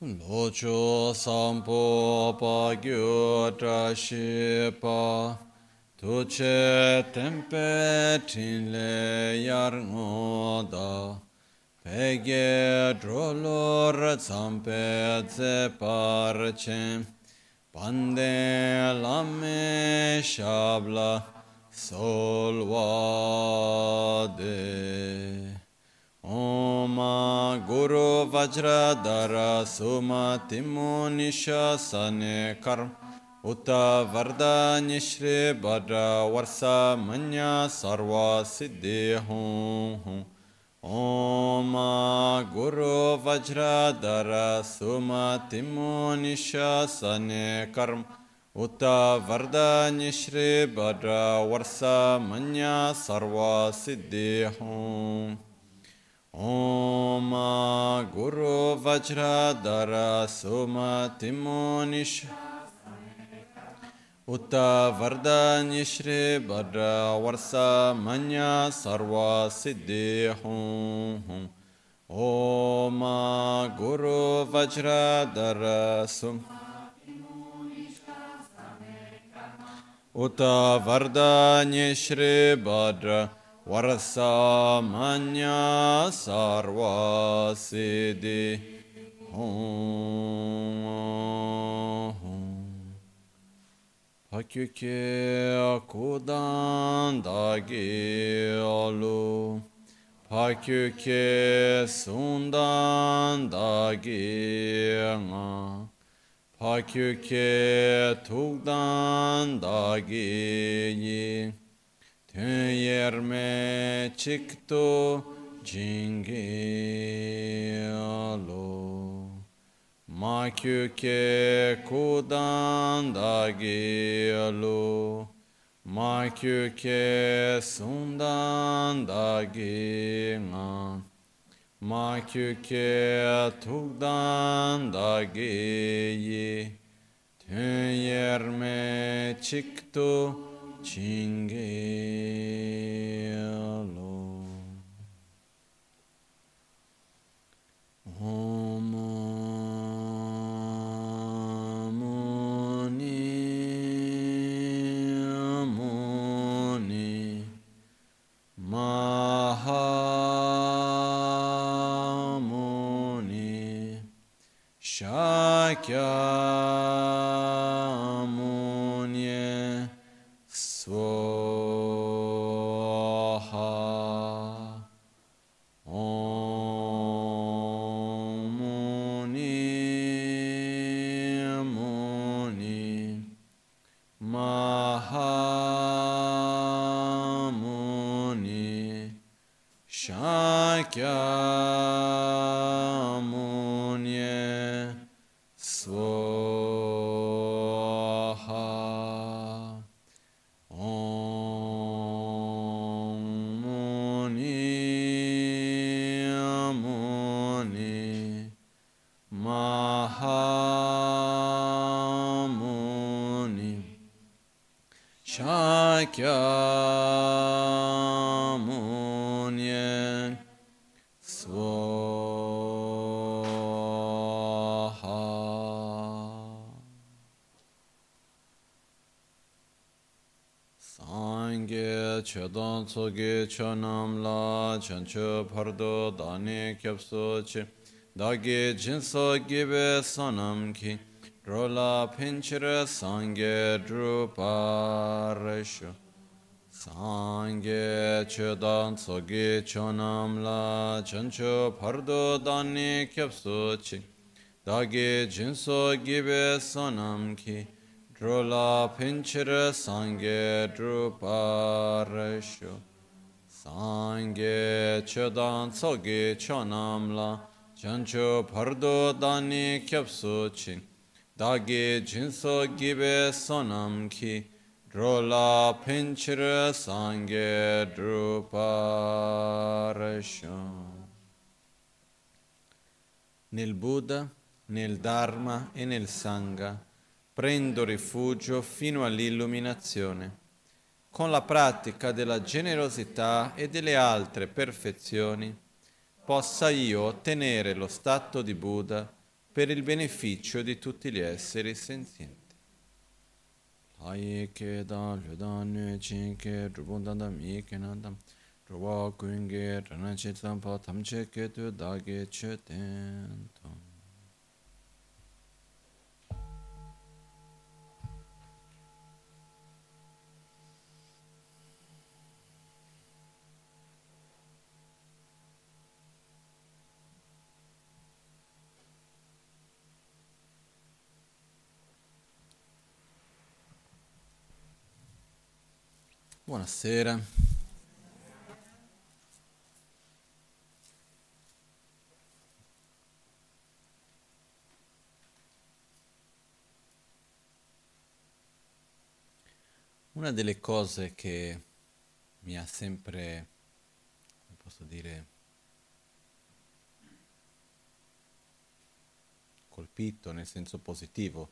Locho sampo pa gyo trashi pa tuche tempe tinle yar ngoda pege drolor zampe ze parche pande lame shabla solvade Om Guru Vajradhara Suma Timo Nishasane Karm Uta Varda Nishri Bhadra Varsa Manya Sarva Siddhi Hum Om Guru Vajradhara Suma Timo Nishasane Karm Uta Varda Nishri Bhadra Varsa Manya Sarva Siddhi Hum Om Guru Vajradhara Suma Timo Uta Varda Nishri Bhadra Varsa Manya Sarva Siddhi Hum Om Guru Vajradhara Suma Uta Varda Nishri Bhadra Varsa Manya Sarva Siddhi Hum Pakyuke Kudan Dagi Alu Pakyuke Sundan Dagi Nga Pakyuke Tugdan Dagi Yi Yerme Chikto Jingialo Makyuke Kudan Dagialo Makyuke Sundan Daginga Makyuke Tugdan Dagiyi Yerme Chikto Cingelo Om Muni Muni Mahamuni Shakyamuni Swaha Om Muni Muni Mahamuni Shakyamuni Swaha Om Muni Muni Mahamuni Shakyamuni Swaha Sangye Chedan Tsoge Chonamla Chancho Pardo Dani Kyapsochi Dagi Jinso Gibe Sonamki Drola Pinchira Sangye Druparesho Sangye Chedan Tsoge Chonamla Chancho Pardo Dani Kyapsochi Dagi Jinso Gibe Sonamki Drola Pinchira Sangye Druparesho Sangye Chedan Tsoge Chonamla Chancho Pardo Dani Kyapsochi Dagi Jinso Gibe Sonamki Drola Pinchira Sangye Druparesho Nel Buddha, nel Dharma e nel Sangha prendo rifugio fino all'illuminazione. Con la pratica della generosità e delle altre perfezioni, possa io ottenere lo stato di Buddha per il beneficio di tutti gli esseri senzienti. Lai ke da lu da nu chin ke drupun dan da mi ke na dam druwa kun ge rana che tsam pa tam che ke tu da ge che ten tom. Buonasera. Una delle cose che mi ha sempre, come posso dire, colpito nel senso positivo,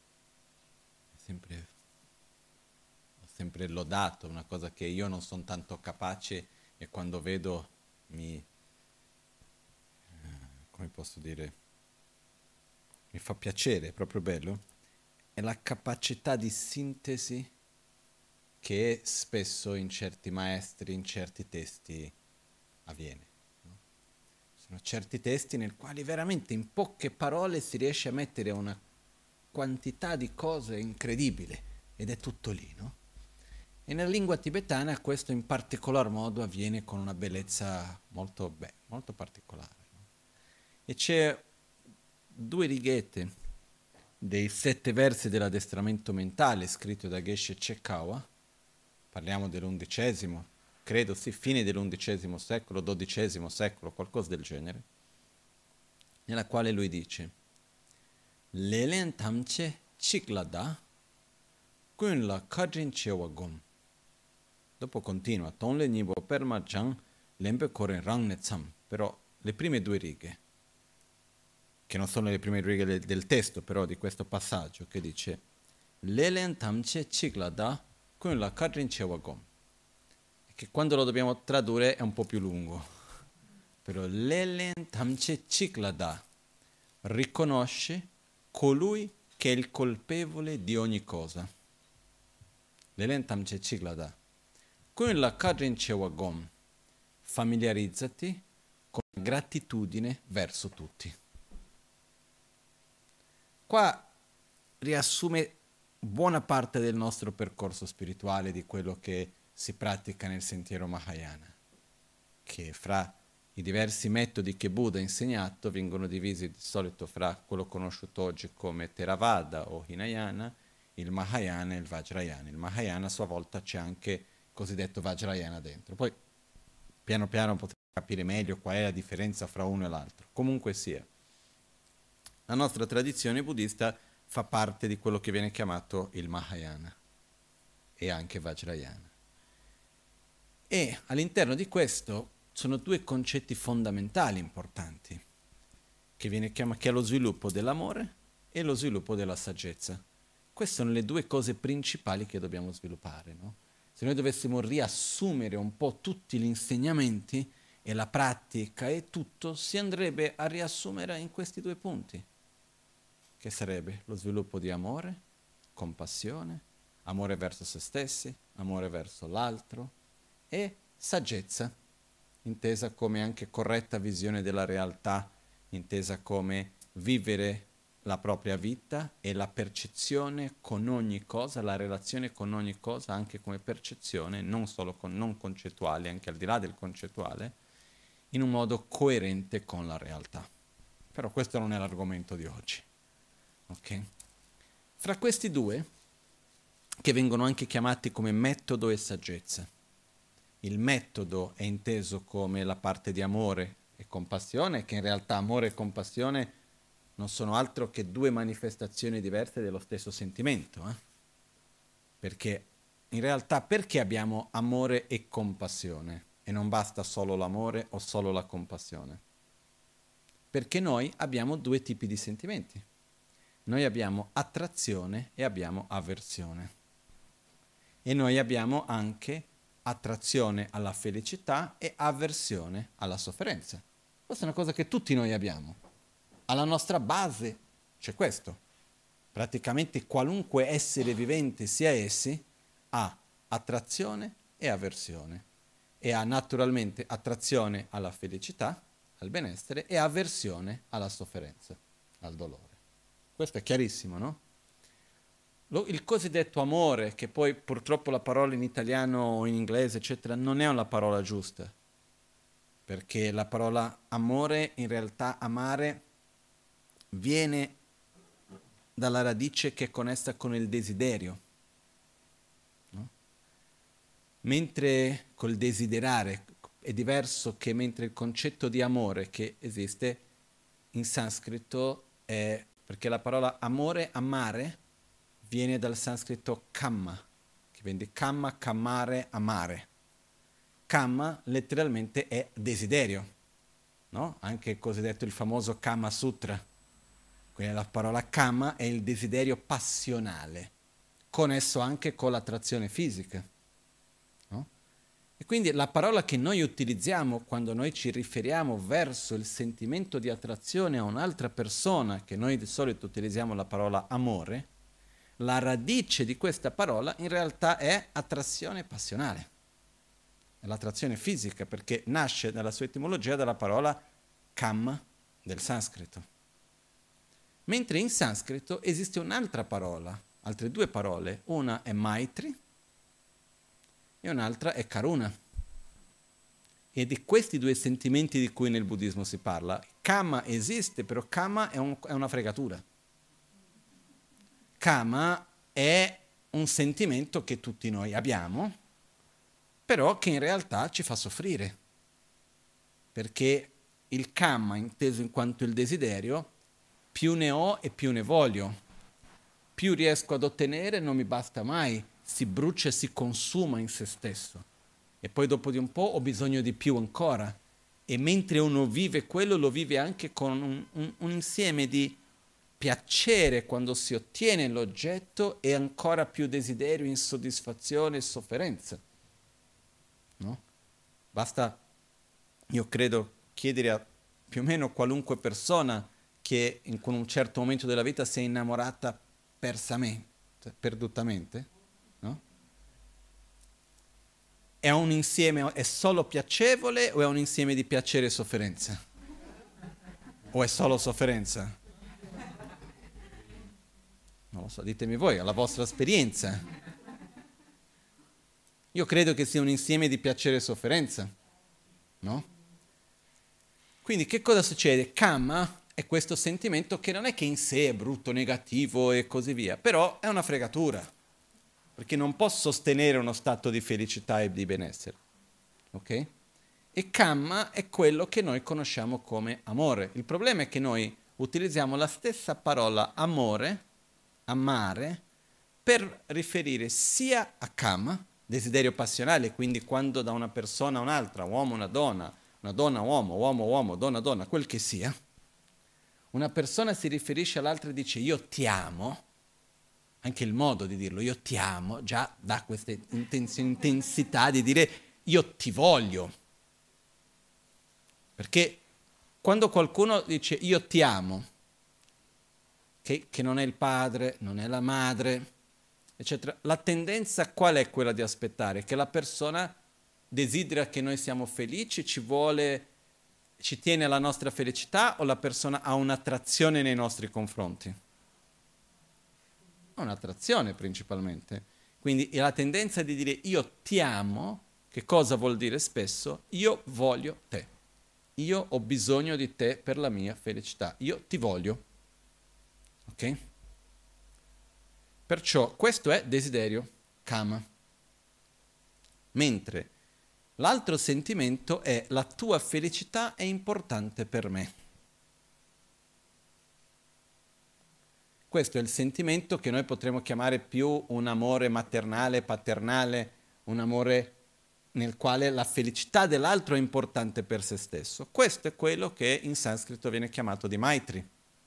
ho sempre lodato, una cosa che io non sono tanto capace e quando vedo come posso dire, mi fa piacere, è proprio bello, è la capacità di sintesi che spesso in certi maestri, in certi testi avviene. No? Sono certi testi nel quali veramente in poche parole si riesce a mettere una quantità di cose incredibile ed è tutto lì, no? E nella lingua tibetana questo in particolar modo avviene con una bellezza molto particolare. No? E c'è 2 righette dei 7 versi dell'addestramento mentale scritto da Geshe Chekawa, parliamo dell'11, credo sì, fine dell'11 secolo, XII secolo, qualcosa del genere, nella quale lui dice Lelen tamche chiklada kun la kadrin chewa gom. Dopo continua, ton le nibo perma jang lempe koren rang ne tsam, però le prime 2 righe, che non sono le prime righe del testo, però di questo passaggio, che dice Lelen tamche chiklada kun la kadrin chewa gom, che quando lo dobbiamo tradurre è un po' più lungo, però Lelen tamche chiklada riconosce colui che è il colpevole di ogni cosa. Lelen tamche chiklada kun la kadrin chewa gom, familiarizzati con gratitudine verso tutti. Qua riassume buona parte del nostro percorso spirituale, di quello che si pratica nel sentiero Mahayana, che fra i diversi metodi che Buddha ha insegnato vengono divisi di solito fra quello conosciuto oggi come Theravada o Hinayana, il Mahayana e il Vajrayana. Il Mahayana a sua volta c'è anche il cosiddetto Vajrayana dentro. Poi piano piano potremo capire meglio qual è la differenza fra uno e l'altro. Comunque sia, la nostra tradizione buddista fa parte di quello che viene chiamato il Mahayana e anche Vajrayana. E all'interno di questo sono 2 concetti fondamentali importanti, che è lo sviluppo dell'amore e lo sviluppo della saggezza. Queste sono le 2 cose principali che dobbiamo sviluppare, no? Se noi dovessimo riassumere un po' tutti gli insegnamenti e la pratica e tutto, si andrebbe a riassumere in questi 2 punti, che sarebbe lo sviluppo di amore, compassione, amore verso se stessi, amore verso l'altro e saggezza, intesa come anche corretta visione della realtà, intesa come vivere la propria vita e la percezione con ogni cosa, la relazione con ogni cosa anche come percezione, non solo non concettuale, anche al di là del concettuale, in un modo coerente con la realtà. Però questo non è l'argomento di oggi. Okay? Fra questi 2, che vengono anche chiamati come metodo e saggezza, il metodo è inteso come la parte di amore e compassione, che in realtà amore e compassione non sono altro che 2 manifestazioni diverse dello stesso sentimento. Perché in realtà perché abbiamo amore e compassione e non basta solo l'amore o solo la compassione? Perché noi abbiamo 2 tipi di sentimenti. Noi abbiamo attrazione e abbiamo avversione. E noi abbiamo anche attrazione alla felicità e avversione alla sofferenza. Questa è una cosa che tutti noi abbiamo. alla nostra base c'è questo. Praticamente qualunque essere vivente sia essi ha attrazione e avversione. E ha naturalmente attrazione alla felicità, al benessere e avversione alla sofferenza, al dolore. Questo è chiarissimo, no? Il cosiddetto amore, che poi purtroppo la parola in italiano o in inglese, eccetera, non è una parola giusta, perché la parola amore, in realtà amare, viene dalla radice che è connessa con il desiderio, no? Mentre col desiderare è diverso che mentre il concetto di amore che esiste in sanscrito è, perché la parola amore, amare, viene dal sanscrito kamma, che viene di kamma, kammare, amare. Kamma letteralmente è desiderio, no? Anche il cosiddetto il famoso Kama Sutra. Quindi la parola kama è il desiderio passionale, connesso anche con l'attrazione fisica, no? E quindi la parola che noi utilizziamo quando noi ci riferiamo verso il sentimento di attrazione a un'altra persona, che noi di solito utilizziamo la parola amore, la radice di questa parola in realtà è attrazione passionale, è l'attrazione fisica, perché nasce nella sua etimologia dalla parola kama del sanscrito. Mentre in sanscrito esiste un'altra parola, altre due parole, una è maitri e un'altra è karuna. Ed è di questi due sentimenti di cui nel buddismo si parla. Kama esiste, però kama è una fregatura. Kama è un sentimento che tutti noi abbiamo, però che in realtà ci fa soffrire. Perché il kama, inteso in quanto il desiderio, più ne ho e più ne voglio. Più riesco ad ottenere non mi basta mai, si brucia e si consuma in se stesso. E poi dopo di un po' ho bisogno di più ancora. E mentre uno vive quello, lo vive anche con un insieme di piacere quando si ottiene l'oggetto e ancora più desiderio, insoddisfazione e sofferenza. No? Basta, io credo, chiedere a più o meno qualunque persona che in un certo momento della vita si è innamorata persamente, perdutamente, no? È un insieme, è solo piacevole o è un insieme di piacere e sofferenza? O è solo sofferenza? Non lo so, ditemi voi, alla vostra esperienza. Io credo che sia un insieme di piacere e sofferenza, no? Quindi che cosa succede? Kama è questo sentimento che non è che in sé è brutto, negativo e così via, però è una fregatura, perché non può sostenere uno stato di felicità e di benessere, ok? E Kamma è quello che noi conosciamo come amore. Il problema è che noi utilizziamo la stessa parola amore, amare, per riferire sia a Kamma, desiderio passionale, quindi quando da una persona a un'altra, uomo a una donna a uomo, donna a donna, quel che sia, una persona si riferisce all'altra e dice io ti amo, anche il modo di dirlo, io ti amo, già dà questa intensità di dire io ti voglio. Perché quando qualcuno dice io ti amo, che non è il padre, non è la madre, eccetera, la tendenza qual è quella di aspettare? Che la persona desidera che noi siamo felici, ci vuole, ci tiene alla nostra felicità o la persona ha un'attrazione nei nostri confronti? Ha un'attrazione principalmente. Quindi la tendenza di dire io ti amo, che cosa vuol dire spesso? Io voglio te. Io ho bisogno di te per la mia felicità. Io ti voglio. Ok? Perciò questo è desiderio, kama. Mentre l'altro sentimento è la tua felicità è importante per me. Questo è il sentimento che noi potremmo chiamare più un amore maternale, paternale, un amore nel quale la felicità dell'altro è importante per se stesso. Questo è quello che in sanscrito viene chiamato di Maitri,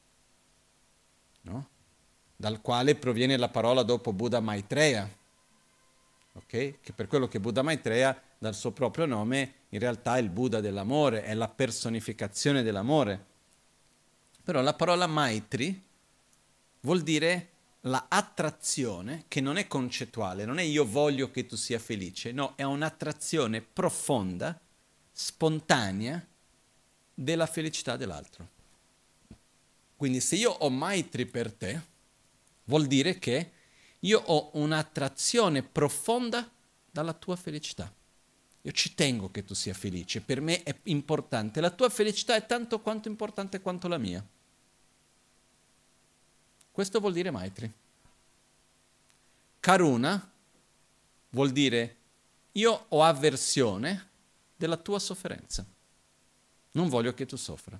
no? Dal quale proviene la parola dopo Buddha Maitreya, okay? Che per quello che Buddha Maitreya, dal suo proprio nome, in realtà è il Buddha dell'amore, è la personificazione dell'amore. Però la parola Maitri vuol dire la attrazione che non è concettuale, non è io voglio che tu sia felice, no, è un'attrazione profonda, spontanea della felicità dell'altro. Quindi se io ho Maitri per te, vuol dire che io ho un'attrazione profonda dalla tua felicità. Io ci tengo che tu sia felice, per me è importante. La tua felicità è tanto quanto importante quanto la mia. Questo vuol dire Maitri. Karuna vuol dire io ho avversione della tua sofferenza. Non voglio che tu soffra.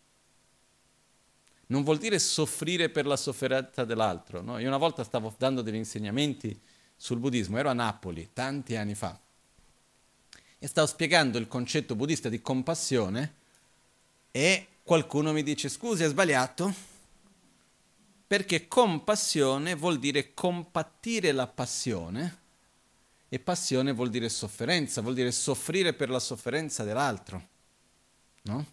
Non vuol dire soffrire per la sofferenza dell'altro. No? Io una volta stavo dando degli insegnamenti sul buddismo, ero a Napoli, tanti anni fa, e stavo spiegando il concetto buddista di compassione e qualcuno mi dice, scusi, hai sbagliato? Perché compassione vuol dire compatire la passione e passione vuol dire sofferenza, vuol dire soffrire per la sofferenza dell'altro, no?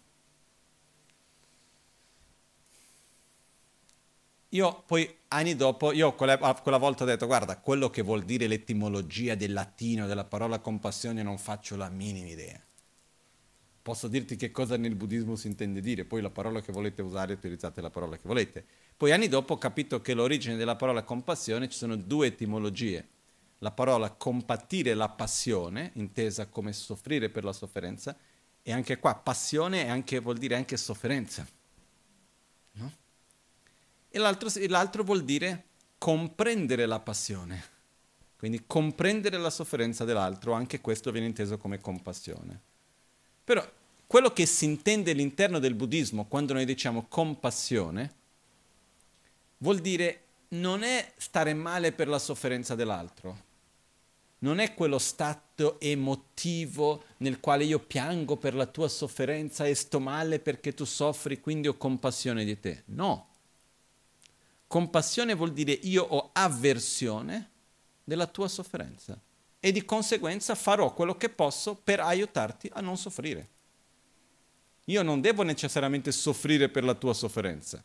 Io poi, anni dopo, quella volta ho detto, guarda, quello che vuol dire l'etimologia del latino, della parola compassione, non faccio la minima idea. Posso dirti che cosa nel buddismo si intende dire, poi la parola che volete usare, utilizzate la parola che volete. Poi anni dopo ho capito che l'origine della parola compassione ci sono due etimologie. La parola compatire la passione, intesa come soffrire per la sofferenza, e anche qua passione vuol dire anche sofferenza. No? E l'altro vuol dire comprendere la passione, quindi comprendere la sofferenza dell'altro, anche questo viene inteso come compassione. Però quello che si intende all'interno del buddismo quando noi diciamo compassione vuol dire non è stare male per la sofferenza dell'altro, non è quello stato emotivo nel quale io piango per la tua sofferenza e sto male perché tu soffri, quindi ho compassione di te. No. Compassione vuol dire io ho avversione della tua sofferenza e di conseguenza farò quello che posso per aiutarti a non soffrire. Io non devo necessariamente soffrire per la tua sofferenza.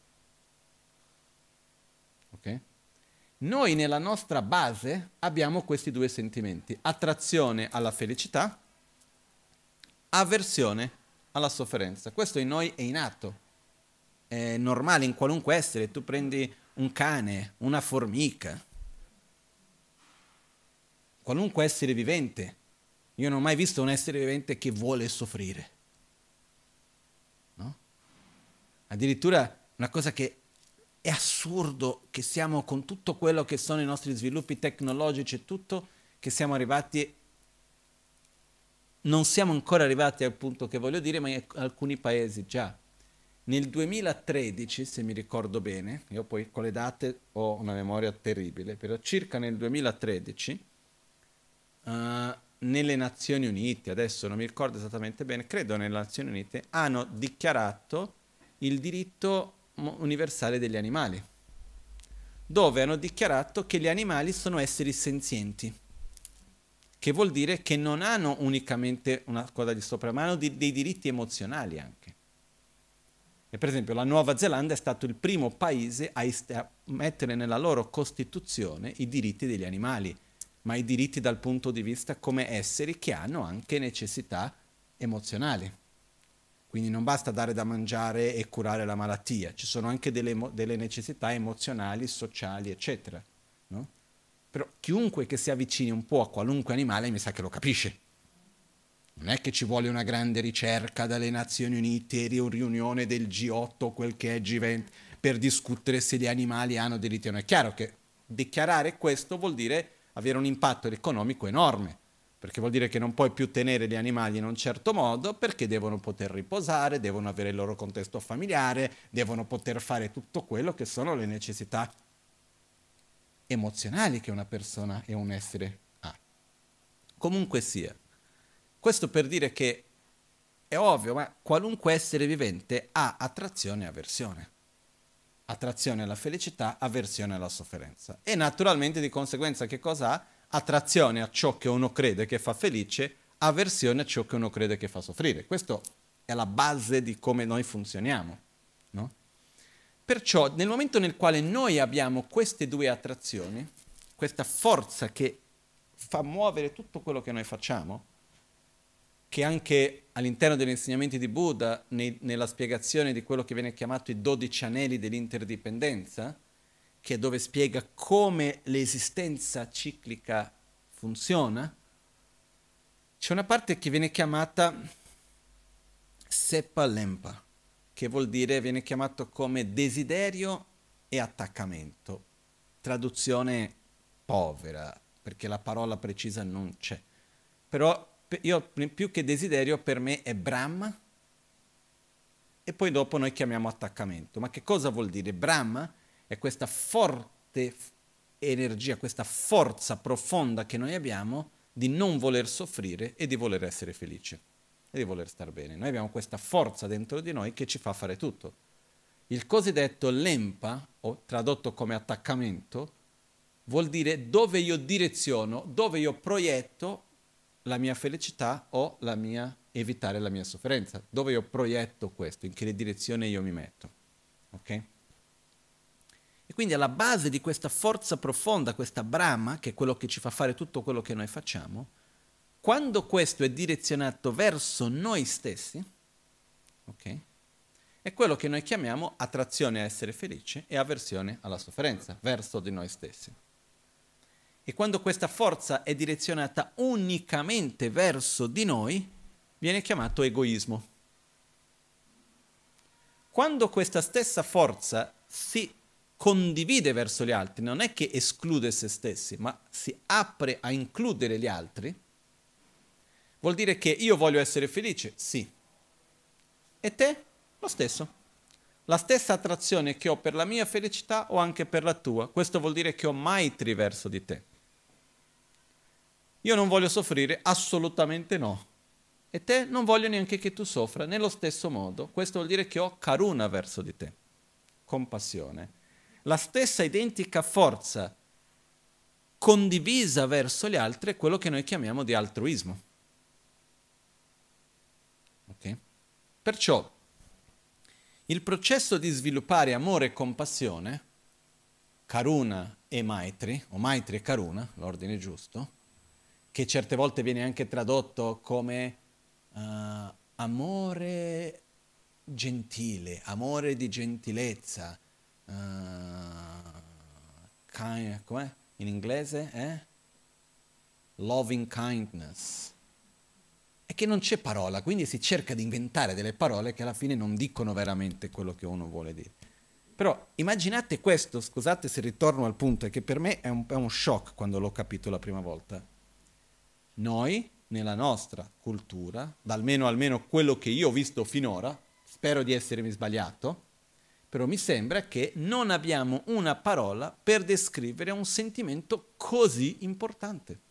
Ok? Noi nella nostra base abbiamo questi due sentimenti: attrazione alla felicità, avversione alla sofferenza. Questo in noi è innato, è normale in qualunque essere. Tu prendi un cane, una formica, qualunque essere vivente. Io non ho mai visto un essere vivente che vuole soffrire. No? Addirittura una cosa che è assurdo, che siamo con tutto quello che sono i nostri sviluppi tecnologici e tutto, che siamo arrivati, non siamo ancora arrivati al punto che voglio dire, ma in alcuni paesi già. Nel 2013, se mi ricordo bene, io poi con le date ho una memoria terribile, però circa nel 2013, nelle Nazioni Unite, adesso non mi ricordo esattamente bene, credo nelle Nazioni Unite, hanno dichiarato il diritto universale degli animali, dove hanno dichiarato che gli animali sono esseri senzienti, che vuol dire che non hanno unicamente una cosa di sopra, ma hanno dei diritti emozionali anche. E per esempio la Nuova Zelanda è stato il primo paese a mettere nella loro Costituzione i diritti degli animali, ma i diritti dal punto di vista come esseri che hanno anche necessità emozionali. Quindi non basta dare da mangiare e curare la malattia, ci sono anche delle necessità emozionali, sociali, eccetera. No? Però chiunque che si avvicini un po' a qualunque animale mi sa che lo capisce. Non è che ci vuole una grande ricerca dalle Nazioni Unite, riunione del G8, quel che è G20, per discutere se gli animali hanno diritti o no. È chiaro che dichiarare questo vuol dire avere un impatto economico enorme, perché vuol dire che non puoi più tenere gli animali in un certo modo, perché devono poter riposare, devono avere il loro contesto familiare, devono poter fare tutto quello che sono le necessità emozionali che una persona e un essere ha. Comunque sia. Questo per dire che è ovvio, ma qualunque essere vivente ha attrazione e avversione. Attrazione alla felicità, avversione alla sofferenza. E naturalmente di conseguenza che cosa ha? Attrazione a ciò che uno crede che fa felice, avversione a ciò che uno crede che fa soffrire. Questa è la base di come noi funzioniamo. No? Perciò nel momento nel quale noi abbiamo queste due attrazioni, questa forza che fa muovere tutto quello che noi facciamo, che anche all'interno degli insegnamenti di Buddha, nella spiegazione di quello che viene chiamato i 12 anelli dell'interdipendenza, che è dove spiega come l'esistenza ciclica funziona, c'è una parte che viene chiamata Seppa Lempa, che vuol dire, viene chiamato come desiderio e attaccamento. Traduzione povera, perché la parola precisa non c'è. Però io più che desiderio per me è Brahma e poi dopo noi chiamiamo attaccamento. Ma che cosa vuol dire? Brahma è questa forte energia, questa forza profonda che noi abbiamo di non voler soffrire e di voler essere felici e di voler star bene. Noi abbiamo questa forza dentro di noi che ci fa fare tutto. Il cosiddetto lempa, o tradotto come attaccamento, vuol dire dove io direziono, dove io proietto la mia felicità o evitare la mia sofferenza, dove io proietto questo, in che direzione io mi metto. Ok? E quindi alla base di questa forza profonda, questa Brahma, che è quello che ci fa fare tutto quello che noi facciamo, quando questo è direzionato verso noi stessi, ok? È quello che noi chiamiamo attrazione a essere felice e avversione alla sofferenza, verso di noi stessi. E quando questa forza è direzionata unicamente verso di noi, viene chiamato egoismo. Quando questa stessa forza si condivide verso gli altri, non è che esclude se stessi, ma si apre a includere gli altri, vuol dire che io voglio essere felice, sì. E te? Lo stesso. La stessa attrazione che ho per la mia felicità ho anche per la tua. Questo vuol dire che ho maitri verso di te. Io non voglio soffrire? Assolutamente no. E te non voglio neanche che tu soffra, nello stesso modo. Questo vuol dire che ho karuna verso di te. Compassione. La stessa identica forza condivisa verso gli altri è quello che noi chiamiamo di altruismo. Okay? Perciò il processo di sviluppare amore e compassione, karuna e maitri, o maitri e karuna, l'ordine giusto, che certe volte viene anche tradotto come amore gentile, amore di gentilezza, com'è? In inglese? Loving kindness. È che non c'è parola, quindi si cerca di inventare delle parole che alla fine non dicono veramente quello che uno vuole dire. Però immaginate questo, scusate se ritorno al punto, è che per me è un shock quando l'ho capito la prima volta. Noi, nella nostra cultura, almeno quello che io ho visto finora, spero di essermi sbagliato, però mi sembra che non abbiamo una parola per descrivere un sentimento così importante.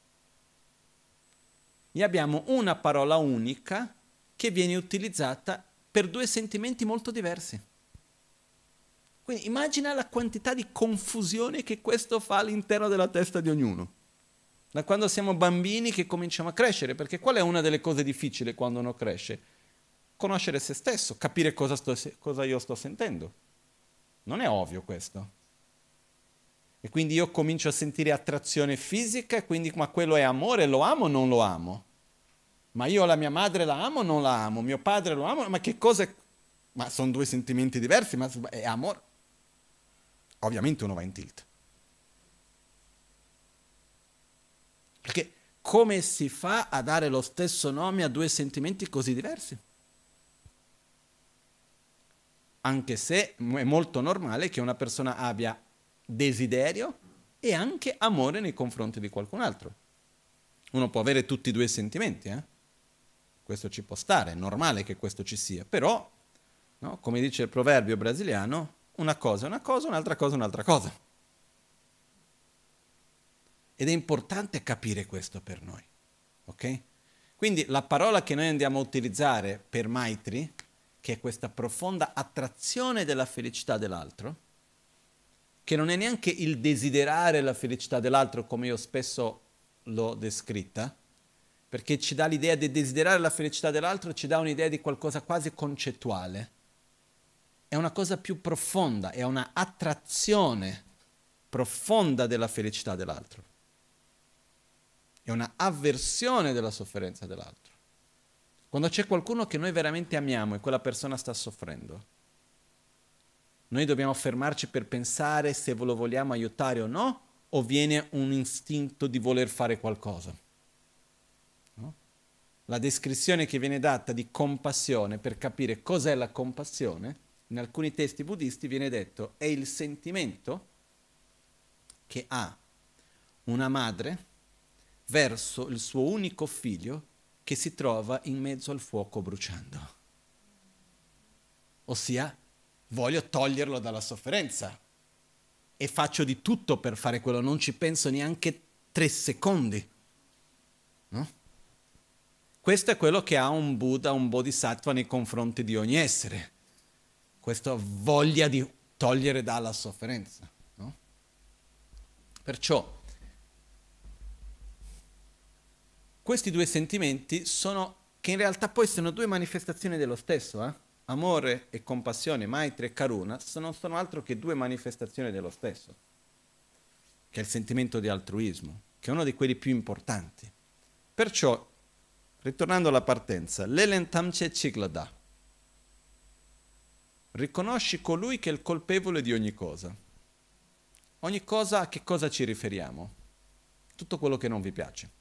E abbiamo una parola unica che viene utilizzata per due sentimenti molto diversi. Quindi immagina la quantità di confusione che questo fa all'interno della testa di ognuno. Da quando siamo bambini che cominciamo a crescere, perché qual è una delle cose difficili quando uno cresce? Conoscere se stesso, capire cosa io sto sentendo. Non è ovvio questo. E quindi io comincio a sentire attrazione fisica, e quindi ma quello è amore, lo amo o non lo amo? Ma io la mia madre la amo o non la amo? Mio padre lo amo? Ma che cosa è? Ma sono due sentimenti diversi, ma è amore? Ovviamente uno va in tilt. Perché come si fa a dare lo stesso nome a due sentimenti così diversi? Anche se è molto normale che una persona abbia desiderio e anche amore nei confronti di qualcun altro. Uno può avere tutti e due i sentimenti, Questo ci può stare, è normale che questo ci sia, però, no, come dice il proverbio brasiliano, una cosa è una cosa, un'altra cosa è un'altra cosa. Ed è importante capire questo per noi, ok? Quindi la parola che noi andiamo a utilizzare per Maitri, che è questa profonda attrazione della felicità dell'altro, che non è neanche il desiderare la felicità dell'altro come io spesso l'ho descritta, perché ci dà l'idea di desiderare la felicità dell'altro, ci dà un'idea di qualcosa quasi concettuale. è una cosa più profonda, è una attrazione profonda della felicità dell'altro. È una avversione della sofferenza dell'altro. Quando c'è qualcuno che noi veramente amiamo e quella persona sta soffrendo, noi dobbiamo fermarci per pensare se lo vogliamo aiutare o no, o viene un istinto di voler fare qualcosa. No? La descrizione che viene data di compassione, per capire cos'è la compassione, in alcuni testi buddisti viene detto è il sentimento che ha una madre verso il suo unico figlio che si trova in mezzo al fuoco bruciando. Ossia, voglio toglierlo dalla sofferenza e faccio di tutto per fare quello, non ci penso neanche 3 secondi. No? Questo è quello che ha un Buddha, un Bodhisattva nei confronti di ogni essere. Questa voglia di togliere dalla sofferenza. No? Perciò questi 2 sentimenti sono, che in realtà poi sono 2 manifestazioni dello stesso. Amore e compassione, Maitri e Karuna, non sono altro che 2 manifestazioni dello stesso, che è il sentimento di altruismo, che è uno di quelli più importanti. Perciò, ritornando alla partenza, l'elentamce ciglada, riconosci colui che è il colpevole di ogni cosa. Ogni cosa, a che cosa ci riferiamo? Tutto quello che non vi piace.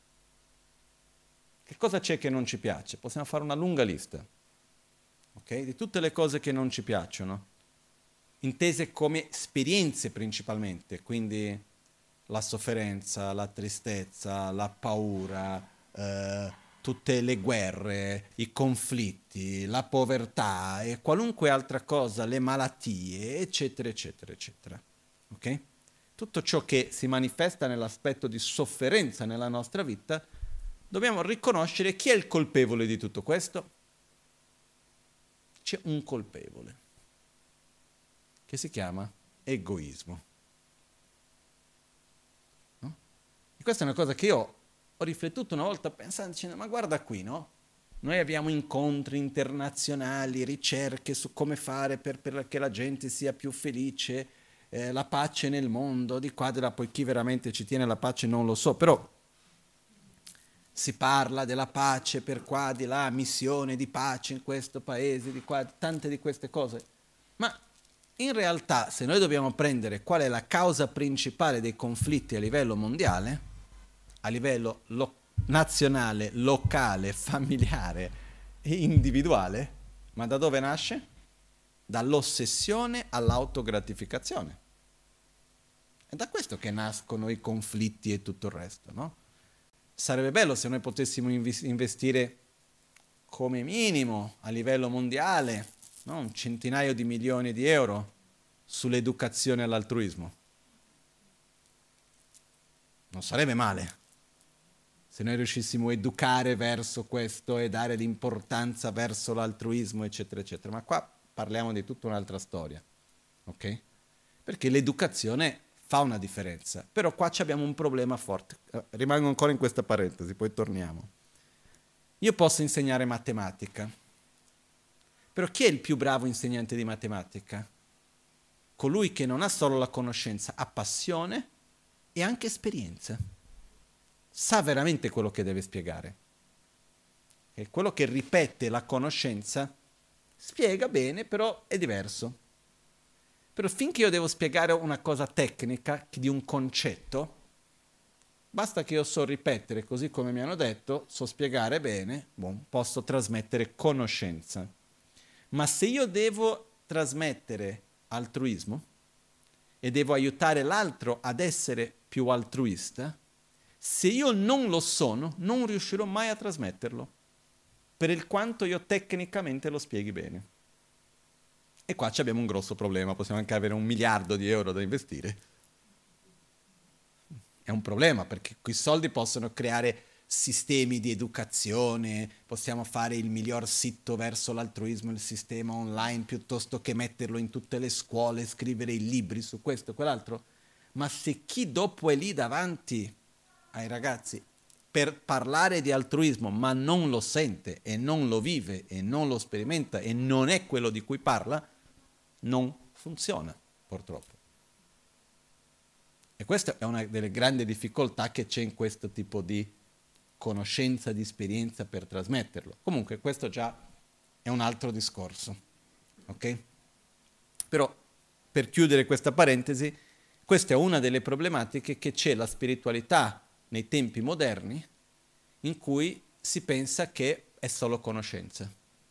Che cosa c'è che non ci piace? Possiamo fare una lunga lista, okay? Di tutte le cose che non ci piacciono, intese come esperienze principalmente, quindi la sofferenza, la tristezza, la paura, tutte le guerre, i conflitti, la povertà e qualunque altra cosa, le malattie, eccetera, eccetera, eccetera. Ok? Tutto ciò che si manifesta nell'aspetto di sofferenza nella nostra vita, dobbiamo riconoscere chi è il colpevole di tutto questo. C'è un colpevole che si chiama egoismo. No? E questa è una cosa che io ho riflettuto una volta pensando, dicendo, ma guarda qui, no? Noi abbiamo incontri internazionali, ricerche su come fare perché la gente sia più felice, la pace nel mondo, di qua, di là, poi chi veramente ci tiene alla pace non lo so, però si parla della pace per qua, di là, missione di pace in questo paese, di qua, tante di queste cose. Ma in realtà, se noi dobbiamo prendere qual è la causa principale dei conflitti a livello mondiale, a livello nazionale, locale, familiare e individuale, ma da dove nasce? Dall'ossessione all'autogratificazione. È da questo che nascono i conflitti e tutto il resto, no? Sarebbe bello se noi potessimo investire come minimo a livello mondiale, no? 100 di milioni di euro sull'educazione all'altruismo. Non sarebbe male se noi riuscissimo a educare verso questo e dare l'importanza verso l'altruismo, eccetera, eccetera. Ma qua parliamo di tutta un'altra storia, ok? Perché l'educazione fa una differenza, però qua abbiamo un problema forte. Rimango ancora in questa parentesi, poi torniamo. Io posso insegnare matematica, però chi è il più bravo insegnante di matematica? Colui che non ha solo la conoscenza, ha passione e anche esperienza. Sa veramente quello che deve spiegare. E quello che ripete la conoscenza spiega bene, però è diverso. Però finché io devo spiegare una cosa tecnica di un concetto, basta che io so ripetere così come mi hanno detto, so spiegare bene, posso trasmettere conoscenza. Ma se io devo trasmettere altruismo e devo aiutare l'altro ad essere più altruista, se io non lo sono, non riuscirò mai a trasmetterlo, per il quanto io tecnicamente lo spieghi bene. E qua abbiamo un grosso problema, possiamo anche avere 1 miliardo di euro da investire. È un problema perché quei soldi possono creare sistemi di educazione, possiamo fare il miglior sito verso l'altruismo, il sistema online, piuttosto che metterlo in tutte le scuole, scrivere i libri su questo e quell'altro. Ma se chi dopo è lì davanti ai ragazzi per parlare di altruismo, ma non lo sente e non lo vive e non lo sperimenta e non è quello di cui parla, non funziona, purtroppo. E questa è una delle grandi difficoltà che c'è in questo tipo di conoscenza, di esperienza per trasmetterlo. Comunque questo già è un altro discorso, ok? Però per chiudere questa parentesi, questa è una delle problematiche che c'è la spiritualità nei tempi moderni in cui si pensa che è solo conoscenza.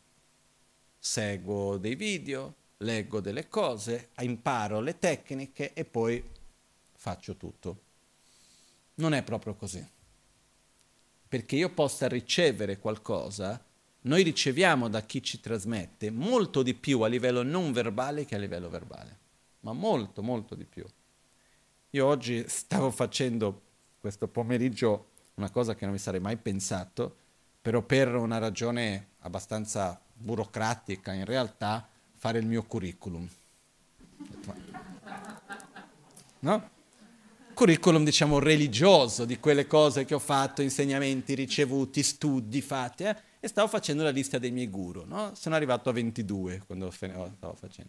Seguo dei video, leggo delle cose, imparo le tecniche e poi faccio tutto. Non è proprio così. Perché io possa ricevere qualcosa, noi riceviamo da chi ci trasmette molto di più a livello non verbale che a livello verbale. Ma molto, molto di più. Io oggi stavo facendo questo pomeriggio una cosa che non mi sarei mai pensato, però per una ragione abbastanza burocratica in realtà, fare il mio curriculum. No? Curriculum, diciamo, religioso, di quelle cose che ho fatto, insegnamenti ricevuti, studi fatti, e stavo facendo la lista dei miei guru, no? Sono arrivato a 22 quando stavo facendo.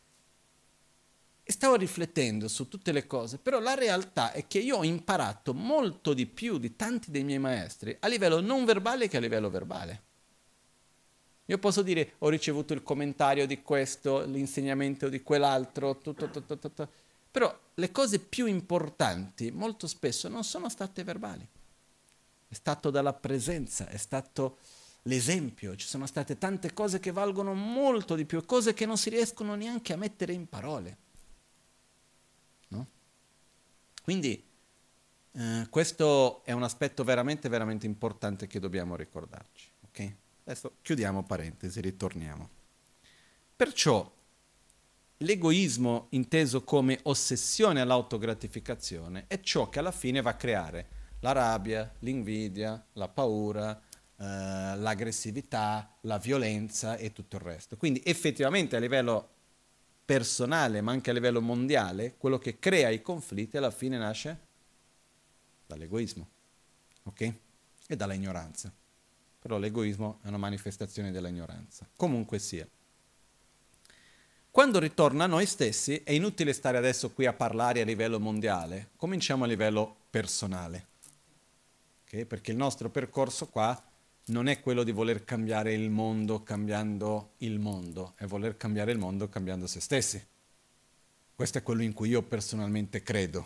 E stavo riflettendo su tutte le cose, però la realtà è che io ho imparato molto di più di tanti dei miei maestri a livello non verbale che a livello verbale. Io posso dire, ho ricevuto il commentario di questo, l'insegnamento di quell'altro, tutto. Però le cose più importanti molto spesso non sono state verbali. È stato dalla presenza, è stato l'esempio, ci sono state tante cose che valgono molto di più, cose che non si riescono neanche a mettere in parole. No? Quindi questo è un aspetto veramente, veramente importante che dobbiamo ricordarci. Okay? Adesso chiudiamo parentesi, ritorniamo. Perciò l'egoismo inteso come ossessione all'autogratificazione è ciò che alla fine va a creare la rabbia, l'invidia, la paura, l'aggressività, la violenza e tutto il resto. Quindi effettivamente a livello personale ma anche a livello mondiale quello che crea i conflitti alla fine nasce dall'egoismo, ok? E dalla ignoranza. Però l'egoismo è una manifestazione dell'ignoranza. Comunque sia. Quando ritorna a noi stessi, è inutile stare adesso qui a parlare a livello mondiale, cominciamo a livello personale. Okay? Perché il nostro percorso qua non è quello di voler cambiare il mondo cambiando il mondo, è voler cambiare il mondo cambiando se stessi. Questo è quello in cui io personalmente credo.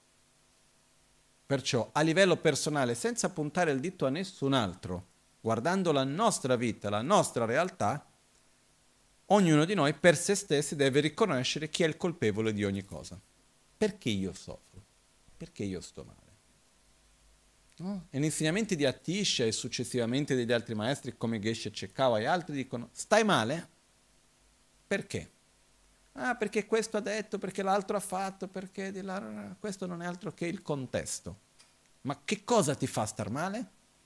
Perciò a livello personale, senza puntare il dito a nessun altro, guardando la nostra vita, la nostra realtà, ognuno di noi per se stessi deve riconoscere chi è il colpevole di ogni cosa. Perché io soffro? Perché io sto male? No? E gli insegnamenti di Atisha e successivamente degli altri maestri come Geshe Chekawa e altri dicono: stai male? Perché? Ah, perché questo ha detto, perché l'altro ha fatto, perché di là... Questo non è altro che il contesto. Ma che cosa ti fa star male?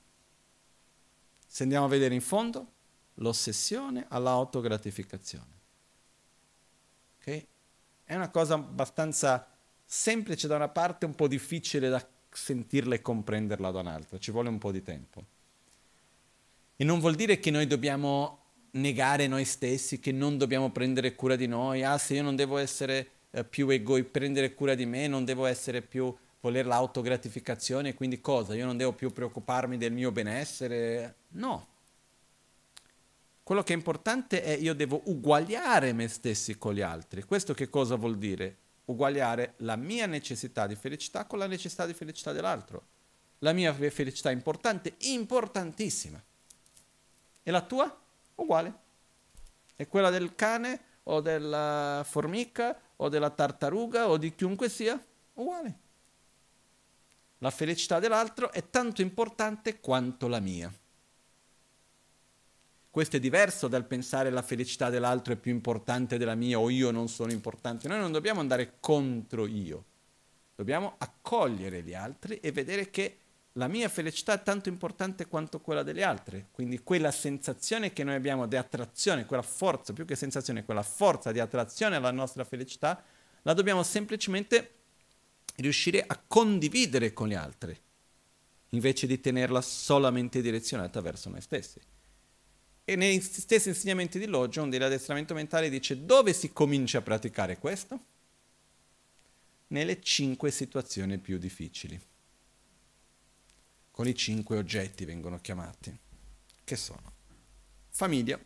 Se andiamo a vedere in fondo, l'ossessione all'autogratificazione. Okay? È una cosa abbastanza semplice da una parte, un po' difficile da sentirla e comprenderla da un'altra, ci vuole un po' di tempo. E non vuol dire che noi dobbiamo negare noi stessi, che non dobbiamo prendere cura di noi, se io non devo essere più prendere cura di me, non devo essere più voler l'autogratificazione, quindi cosa? Io non devo più preoccuparmi del mio benessere? No. Quello che è importante è io devo uguagliare me stessi con gli altri. Questo che cosa vuol dire? Uguagliare la mia necessità di felicità con la necessità di felicità dell'altro. La mia felicità è importante, importantissima. E la tua? Uguale. E quella del cane o della formica o della tartaruga o di chiunque sia? Uguale. La felicità dell'altro è tanto importante quanto la mia. Questo è diverso dal pensare la felicità dell'altro è più importante della mia o io non sono importante. Noi non dobbiamo andare contro io. Dobbiamo accogliere gli altri e vedere che la mia felicità è tanto importante quanto quella degli altri. Quindi quella sensazione che noi abbiamo di attrazione, quella forza, più che sensazione, quella forza di attrazione alla nostra felicità, la dobbiamo semplicemente riuscire a condividere con gli altri, invece di tenerla solamente direzionata verso noi stessi. E nei stessi insegnamenti di Lojong, dell'addestramento mentale, dice dove si comincia a praticare questo? Nelle 5 situazioni più difficili. Con i 5 oggetti vengono chiamati. Che sono? Famiglia,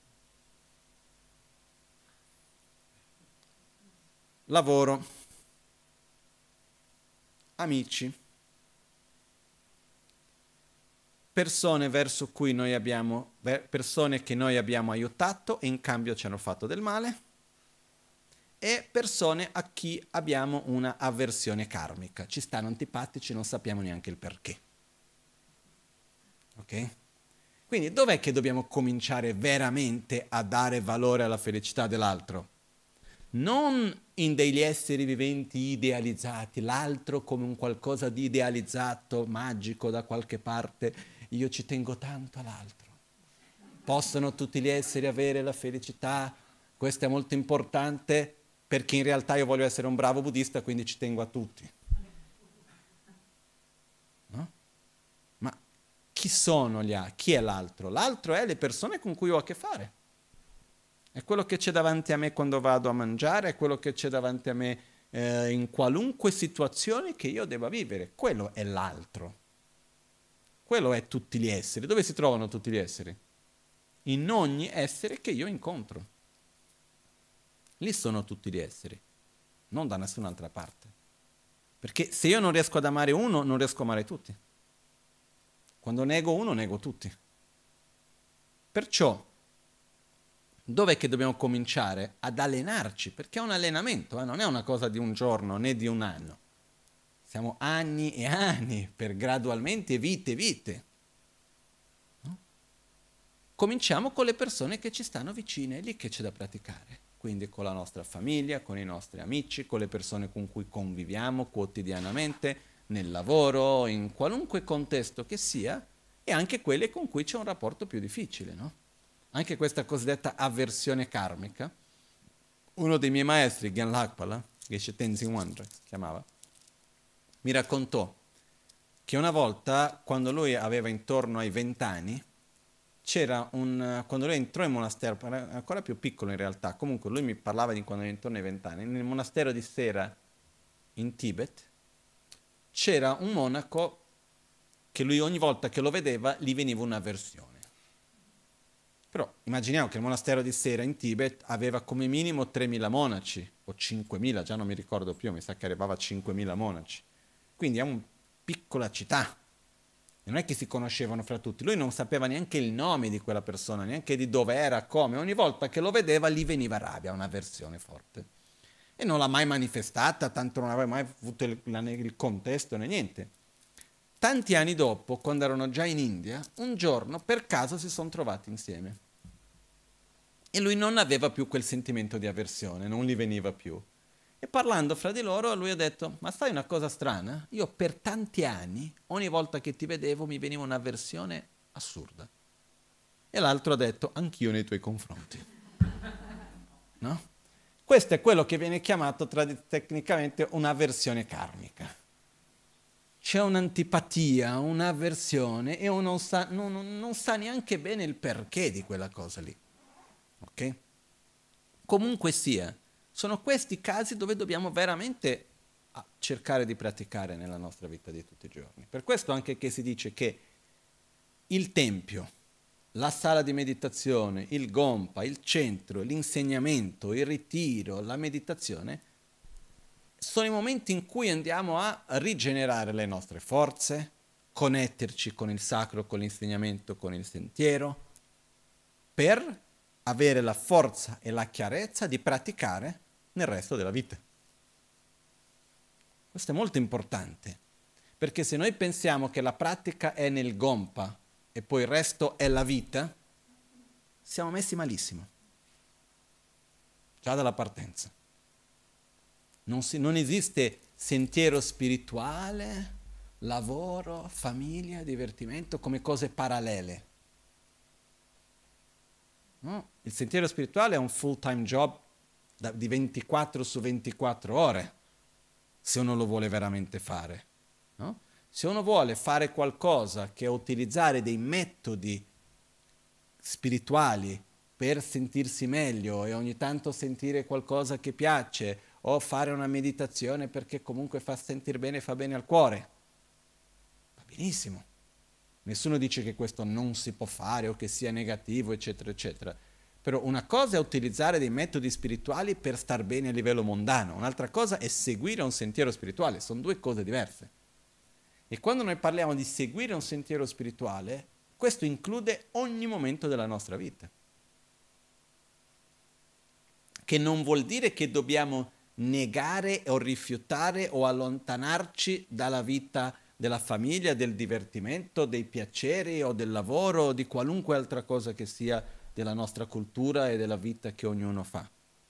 lavoro, amici, persone verso cui noi abbiamo, persone che noi abbiamo aiutato e in cambio ci hanno fatto del male, e persone a chi abbiamo una avversione karmica. Ci stanno antipatici, non sappiamo neanche il perché. Ok? Quindi dov'è che dobbiamo cominciare veramente a dare valore alla felicità dell'altro? Non in degli esseri viventi idealizzati, l'altro come un qualcosa di idealizzato, magico da qualche parte, io ci tengo tanto all'altro. Possono tutti gli esseri avere la felicità? Questo è molto importante perché in realtà io voglio essere un bravo buddista, quindi ci tengo a tutti. No? Ma chi sono gli altri? Chi è l'altro? L'altro è le persone con cui ho a che fare. È quello che c'è davanti a me quando vado a mangiare, è quello che c'è davanti a me in qualunque situazione che io debba vivere. Quello è l'altro. Quello è tutti gli esseri. Dove si trovano tutti gli esseri? In ogni essere che io incontro. Lì sono tutti gli esseri, non da nessun'altra parte. Perché se io non riesco ad amare uno, non riesco a amare tutti. Quando nego uno, nego tutti. Perciò, dov'è che dobbiamo cominciare? Ad allenarci, perché è un allenamento, non è una cosa di un giorno né di un anno. Siamo anni e anni per gradualmente vite e vite. No? Cominciamo con le persone che ci stanno vicine, è lì che c'è da praticare. Quindi con la nostra famiglia, con i nostri amici, con le persone con cui conviviamo quotidianamente, nel lavoro, in qualunque contesto che sia, e anche quelle con cui c'è un rapporto più difficile, no? Anche questa cosiddetta avversione karmica. Uno dei miei maestri, Gyan Lakpala, Geshe Tenzin Wangyal si chiamava, mi raccontò che una volta, quando lui aveva intorno ai 20 anni, quando lui entrò in monastero, era ancora più piccolo in realtà, comunque lui mi parlava di quando era intorno ai 20 anni, nel monastero di Sera in Tibet c'era un monaco che lui ogni volta che lo vedeva gli veniva un'avversione. Però immaginiamo che il monastero di Sera in Tibet aveva come minimo 3.000 monaci, o 5.000, già non mi ricordo più, mi sa che arrivava a 5.000 monaci. Quindi è una piccola città. Non è che si conoscevano fra tutti, lui non sapeva neanche il nome di quella persona, neanche di dove era, come, ogni volta che lo vedeva gli veniva rabbia, un'avversione forte. E non l'ha mai manifestata, tanto non aveva mai avuto il contesto né niente. Tanti anni dopo, quando erano già in India, un giorno per caso si sono trovati insieme. E lui non aveva più quel sentimento di avversione, non gli veniva più. E parlando fra di loro, lui ha detto, ma sai una cosa strana? Io per tanti anni, ogni volta che ti vedevo, mi veniva un'avversione assurda. E l'altro ha detto, anch'io nei tuoi confronti. No? Questo è quello che viene chiamato tecnicamente un'avversione karmica. C'è un'antipatia, un'avversione, e uno non sa neanche bene il perché di quella cosa lì. Ok? Comunque sia, sono questi casi dove dobbiamo veramente cercare di praticare nella nostra vita di tutti i giorni. Per questo anche che si dice che il tempio, la sala di meditazione, il gompa, il centro, l'insegnamento, il ritiro, la meditazione, sono i momenti in cui andiamo a rigenerare le nostre forze, connetterci con il sacro, con l'insegnamento, con il sentiero, per avere la forza e la chiarezza di praticare nel resto della vita. Questo è molto importante, perché se noi pensiamo che la pratica è nel gompa e poi il resto è la vita, siamo messi malissimo, già dalla partenza. Non esiste sentiero spirituale, lavoro, famiglia, divertimento come cose parallele. No? Il sentiero spirituale è un full-time job di 24 su 24 ore, se uno lo vuole veramente fare. No? Se uno vuole fare qualcosa che è utilizzare dei metodi spirituali per sentirsi meglio e ogni tanto sentire qualcosa che piace o fare una meditazione perché comunque fa sentire bene, fa bene al cuore. Va benissimo. Nessuno dice che questo non si può fare o che sia negativo, eccetera, eccetera. Però una cosa è utilizzare dei metodi spirituali per star bene a livello mondano, un'altra cosa è seguire un sentiero spirituale, sono due cose diverse. E quando noi parliamo di seguire un sentiero spirituale, questo include ogni momento della nostra vita. Che non vuol dire che dobbiamo negare o rifiutare o allontanarci dalla vita della famiglia, del divertimento, dei piaceri o del lavoro o di qualunque altra cosa che sia della nostra cultura e della vita che ognuno fa.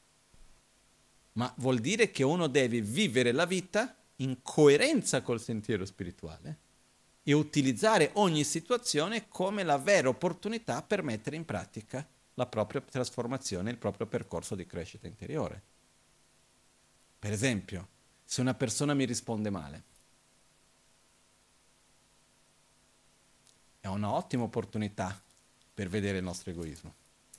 Ma vuol dire che uno deve vivere la vita in coerenza col sentiero spirituale e utilizzare ogni situazione come la vera opportunità per mettere in pratica la propria trasformazione, il proprio percorso di crescita interiore. Per esempio, se una persona mi risponde male, è un'ottima opportunità per vedere il nostro egoismo.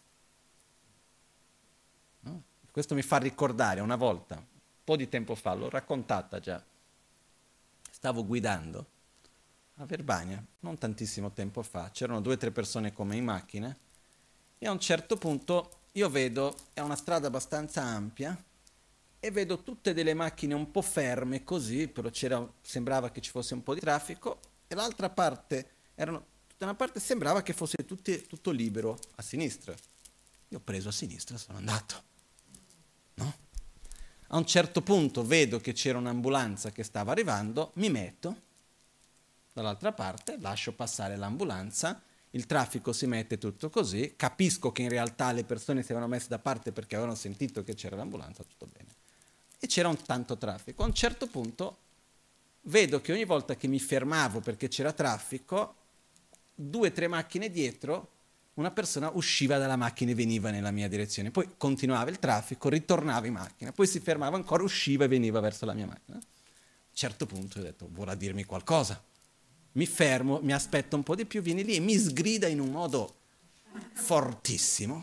No? Questo mi fa ricordare una volta, un po' di tempo fa, l'ho raccontata già, stavo guidando a Verbania, non tantissimo tempo fa, c'erano 2 o 3 persone come in macchina e a un certo punto io vedo, è una strada abbastanza ampia, e vedo tutte delle macchine un po' ferme così, però sembrava che ci fosse un po' di traffico, e l'altra parte, tutta una parte sembrava che fosse tutto libero a sinistra. Io ho preso a sinistra e sono andato. No? A un certo punto vedo che c'era un'ambulanza che stava arrivando, mi metto dall'altra parte, lascio passare l'ambulanza, il traffico si mette tutto così, capisco che in realtà le persone si avevano messe da parte perché avevano sentito che c'era l'ambulanza, tutto bene. E c'era un tanto traffico. A un certo punto vedo che ogni volta che mi fermavo perché c'era traffico, 2 o 3 macchine dietro, una persona usciva dalla macchina e veniva nella mia direzione. Poi continuava il traffico, ritornava in macchina, poi si fermava ancora, usciva e veniva verso la mia macchina. A un certo punto ho detto, vuole dirmi qualcosa. Mi fermo, mi aspetto un po' di più, viene lì e mi sgrida in un modo fortissimo.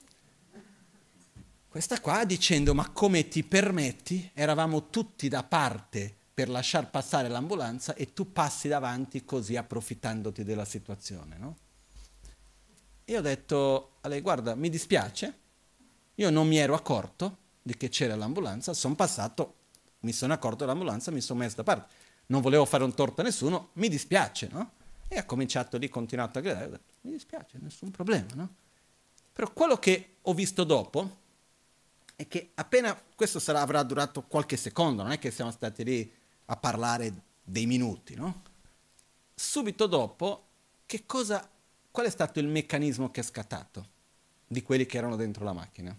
Questa qua dicendo, ma come ti permetti? Eravamo tutti da parte per lasciar passare l'ambulanza e tu passi davanti così approfittandoti della situazione, no? E ho detto a lei, guarda, mi dispiace, io non mi ero accorto di che c'era l'ambulanza, sono passato, mi sono accorto dell'ambulanza, mi sono messo da parte. Non volevo fare un torto a nessuno, mi dispiace, no? E ha cominciato lì, continuato a gridare, ho detto, mi dispiace, nessun problema, no? Però quello che ho visto dopo è che appena, questo avrà durato qualche secondo, non è che siamo stati lì a parlare dei minuti, no? Subito dopo, qual è stato il meccanismo che è scattato di quelli che erano dentro la macchina?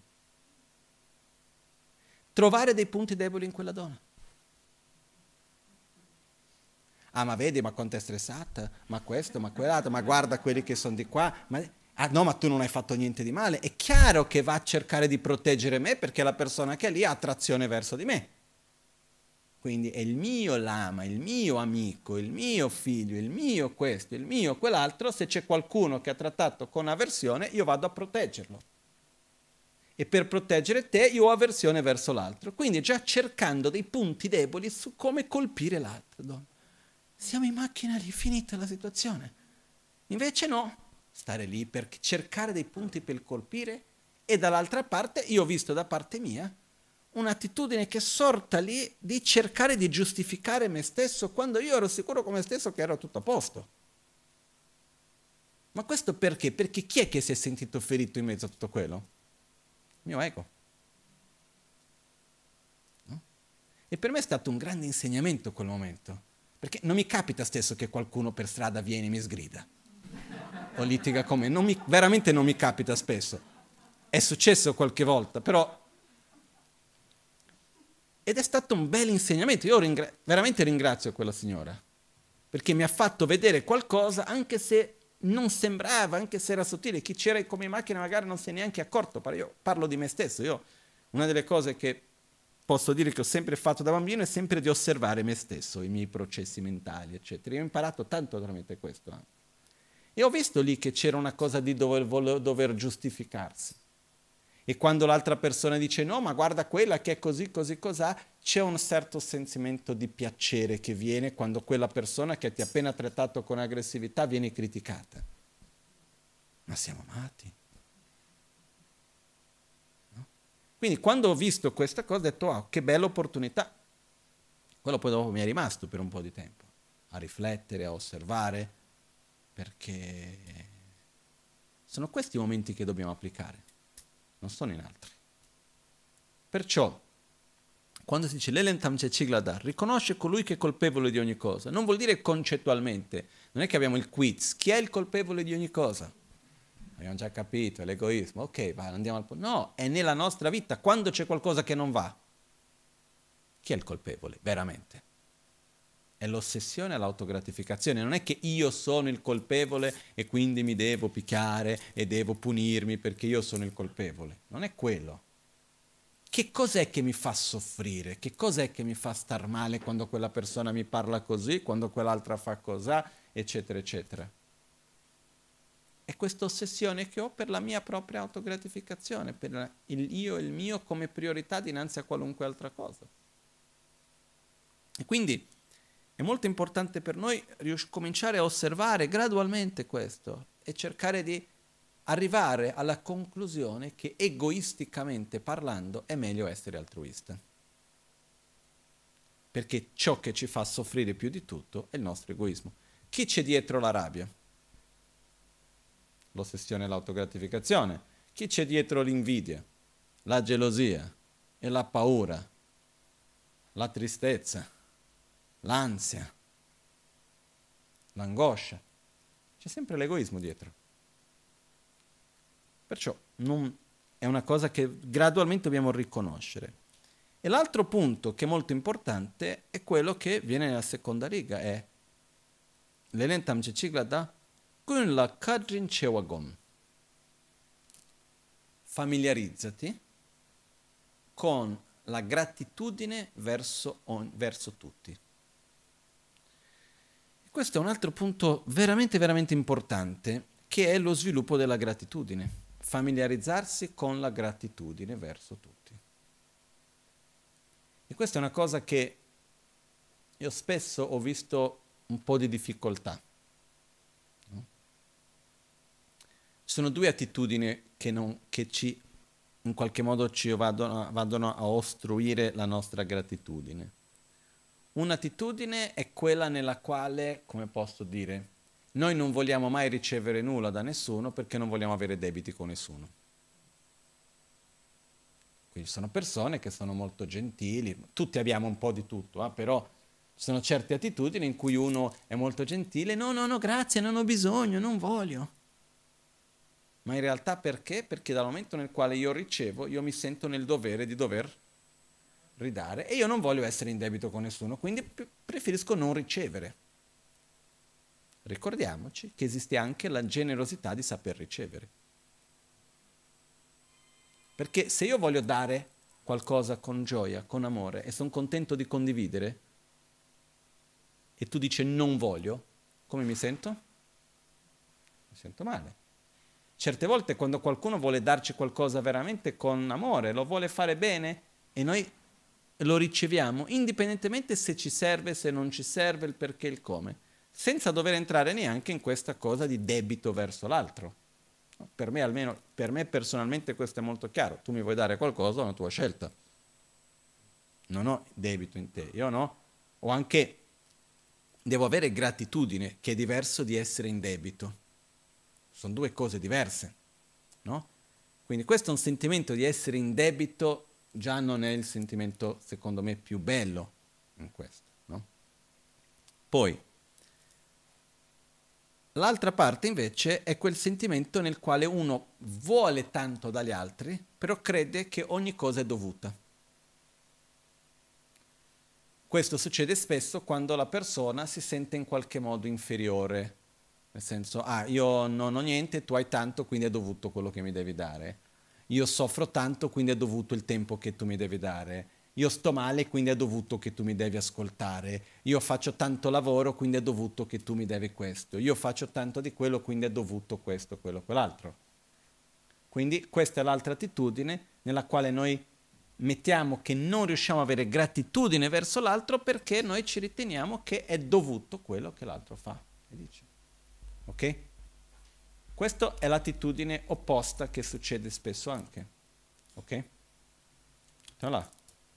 Trovare dei punti deboli in quella donna. Ah, ma vedi, ma quanto è stressata, ma questo, ma quell'altro, ma guarda quelli che sono di qua, ah no, ma tu non hai fatto niente di male. È chiaro che va a cercare di proteggere me perché la persona che è lì ha attrazione verso di me. Quindi è il mio lama, il mio amico, il mio figlio, il mio questo, il mio quell'altro. Se c'è qualcuno che ha trattato con avversione, io vado a proteggerlo. E per proteggere te io ho avversione verso l'altro. Quindi già cercando dei punti deboli su come colpire l'altro donna. Siamo in macchina lì, finita la situazione. Invece no, stare lì per cercare dei punti per colpire, e dall'altra parte io ho visto da parte mia un'attitudine che è sorta lì di cercare di giustificare me stesso quando io ero sicuro con me stesso che ero tutto a posto. Ma questo perché? Perché chi è che si è sentito ferito in mezzo a tutto quello? Il mio ego. No? E per me è stato un grande insegnamento quel momento. Perché non mi capita stesso che qualcuno per strada viene e mi sgrida o litiga con me, veramente non mi capita spesso. È successo qualche volta, però... Ed è stato un bel insegnamento. Io veramente ringrazio quella signora, perché mi ha fatto vedere qualcosa, anche se non sembrava, anche se era sottile. Chi c'era come in macchina magari non si è neanche accorto. Io parlo di me stesso. Una delle cose che posso dire che ho sempre fatto da bambino è sempre di osservare me stesso, i miei processi mentali, eccetera. Io ho imparato tanto tramite questo. E ho visto lì che c'era una cosa di dover giustificarsi. E quando l'altra persona dice no, ma guarda quella che è così, così, cos'ha, c'è un certo sentimento di piacere che viene quando quella persona che ti ha appena trattato con aggressività viene criticata. Ma siamo amati. No? Quindi quando ho visto questa cosa ho detto, wow, che bella opportunità. Quello poi dopo mi è rimasto per un po' di tempo, a riflettere, a osservare, perché sono questi i momenti che dobbiamo applicare, non sono in altri. Perciò, quando si dice l'elentam ceciglada, riconosce colui che è colpevole di ogni cosa, non vuol dire concettualmente, non è che abbiamo il quiz, chi è il colpevole di ogni cosa? Abbiamo già capito, è l'egoismo, ok, va, andiamo al punto. No, è nella nostra vita, quando c'è qualcosa che non va, chi è il colpevole, veramente? È l'ossessione all'autogratificazione, non è che io sono il colpevole e quindi mi devo picchiare e devo punirmi perché io sono il colpevole, non è quello. Che cos'è che mi fa soffrire? Che cos'è che mi fa star male quando quella persona mi parla così, quando quell'altra fa cos'ha, eccetera, eccetera. È questa ossessione che ho per la mia propria autogratificazione, per il io e il mio come priorità dinanzi a qualunque altra cosa. E quindi è molto importante per noi cominciare a osservare gradualmente questo e cercare di arrivare alla conclusione che egoisticamente parlando è meglio essere altruista. Perché ciò che ci fa soffrire più di tutto è il nostro egoismo. Chi c'è dietro la rabbia? L'ossessione e l'autogratificazione. Chi c'è dietro l'invidia, la gelosia e la paura, la tristezza, l'ansia, l'angoscia? C'è sempre l'egoismo dietro. Perciò è una cosa che gradualmente dobbiamo riconoscere. E l'altro punto che è molto importante è quello che viene nella seconda riga, è l'elentam ceciglada kun la kadrin chewagom. Familiarizzati con la gratitudine verso tutti. Questo è un altro punto veramente, veramente importante, che è lo sviluppo della gratitudine. Familiarizzarsi con la gratitudine verso tutti. E questa è una cosa che io spesso ho visto un po' di difficoltà. No? Ci sono due attitudini che in qualche modo ci vadano a ostruire la nostra gratitudine. Un'attitudine è quella nella quale, come posso dire, noi non vogliamo mai ricevere nulla da nessuno perché non vogliamo avere debiti con nessuno. Quindi sono persone che sono molto gentili, tutti abbiamo un po' di tutto, però ci sono certe attitudini in cui uno è molto gentile, no, grazie, non ho bisogno, non voglio. Ma in realtà perché? Perché dal momento nel quale io ricevo, io mi sento nel dovere di dover ridare e io non voglio essere in debito con nessuno, quindi preferisco non ricevere. Ricordiamoci che esiste anche la generosità di saper ricevere. Perché se io voglio dare qualcosa con gioia, con amore e sono contento di condividere e tu dici non voglio, come mi sento? Mi sento male. Certe volte quando qualcuno vuole darci qualcosa veramente con amore, lo vuole fare bene e noi lo riceviamo, indipendentemente se ci serve, se non ci serve, il perché, il come, senza dover entrare neanche in questa cosa di debito verso l'altro. Per me, almeno, per me personalmente questo è molto chiaro. Tu mi vuoi dare qualcosa, è una tua scelta. Non ho debito in te, io no. O anche devo avere gratitudine, che è diverso di essere in debito. Sono due cose diverse, no? Quindi questo è un sentimento di essere in debito, già non è il sentimento, secondo me, più bello in questo, no? Poi, l'altra parte invece è quel sentimento nel quale uno vuole tanto dagli altri, però crede che ogni cosa è dovuta. Questo succede spesso quando la persona si sente in qualche modo inferiore, nel senso, io non ho niente, tu hai tanto, quindi è dovuto quello che mi devi dare. Io soffro tanto, quindi è dovuto il tempo che tu mi devi dare. io sto male, quindi è dovuto che tu mi devi ascoltare, io faccio tanto lavoro, quindi è dovuto che tu mi devi questo, io faccio tanto di quello, quindi è dovuto questo, quello, quell'altro. Quindi questa è l'altra attitudine nella quale noi mettiamo che non riusciamo ad avere gratitudine verso l'altro perché noi ci riteniamo che è dovuto quello che l'altro fa e dice. Ok? Questa è l'attitudine opposta che succede spesso anche. Ok? Là.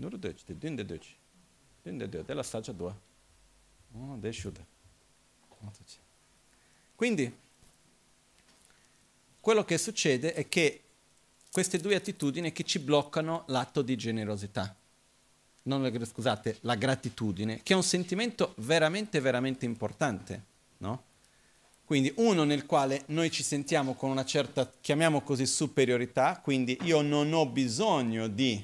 Della saggia 2. Quindi, quello che succede è che queste due attitudini che ci bloccano l'atto di generosità. Scusate, la gratitudine, che è un sentimento veramente, veramente importante, no? Quindi uno nel quale noi ci sentiamo con una certa, chiamiamo così, superiorità, quindi io non ho bisogno di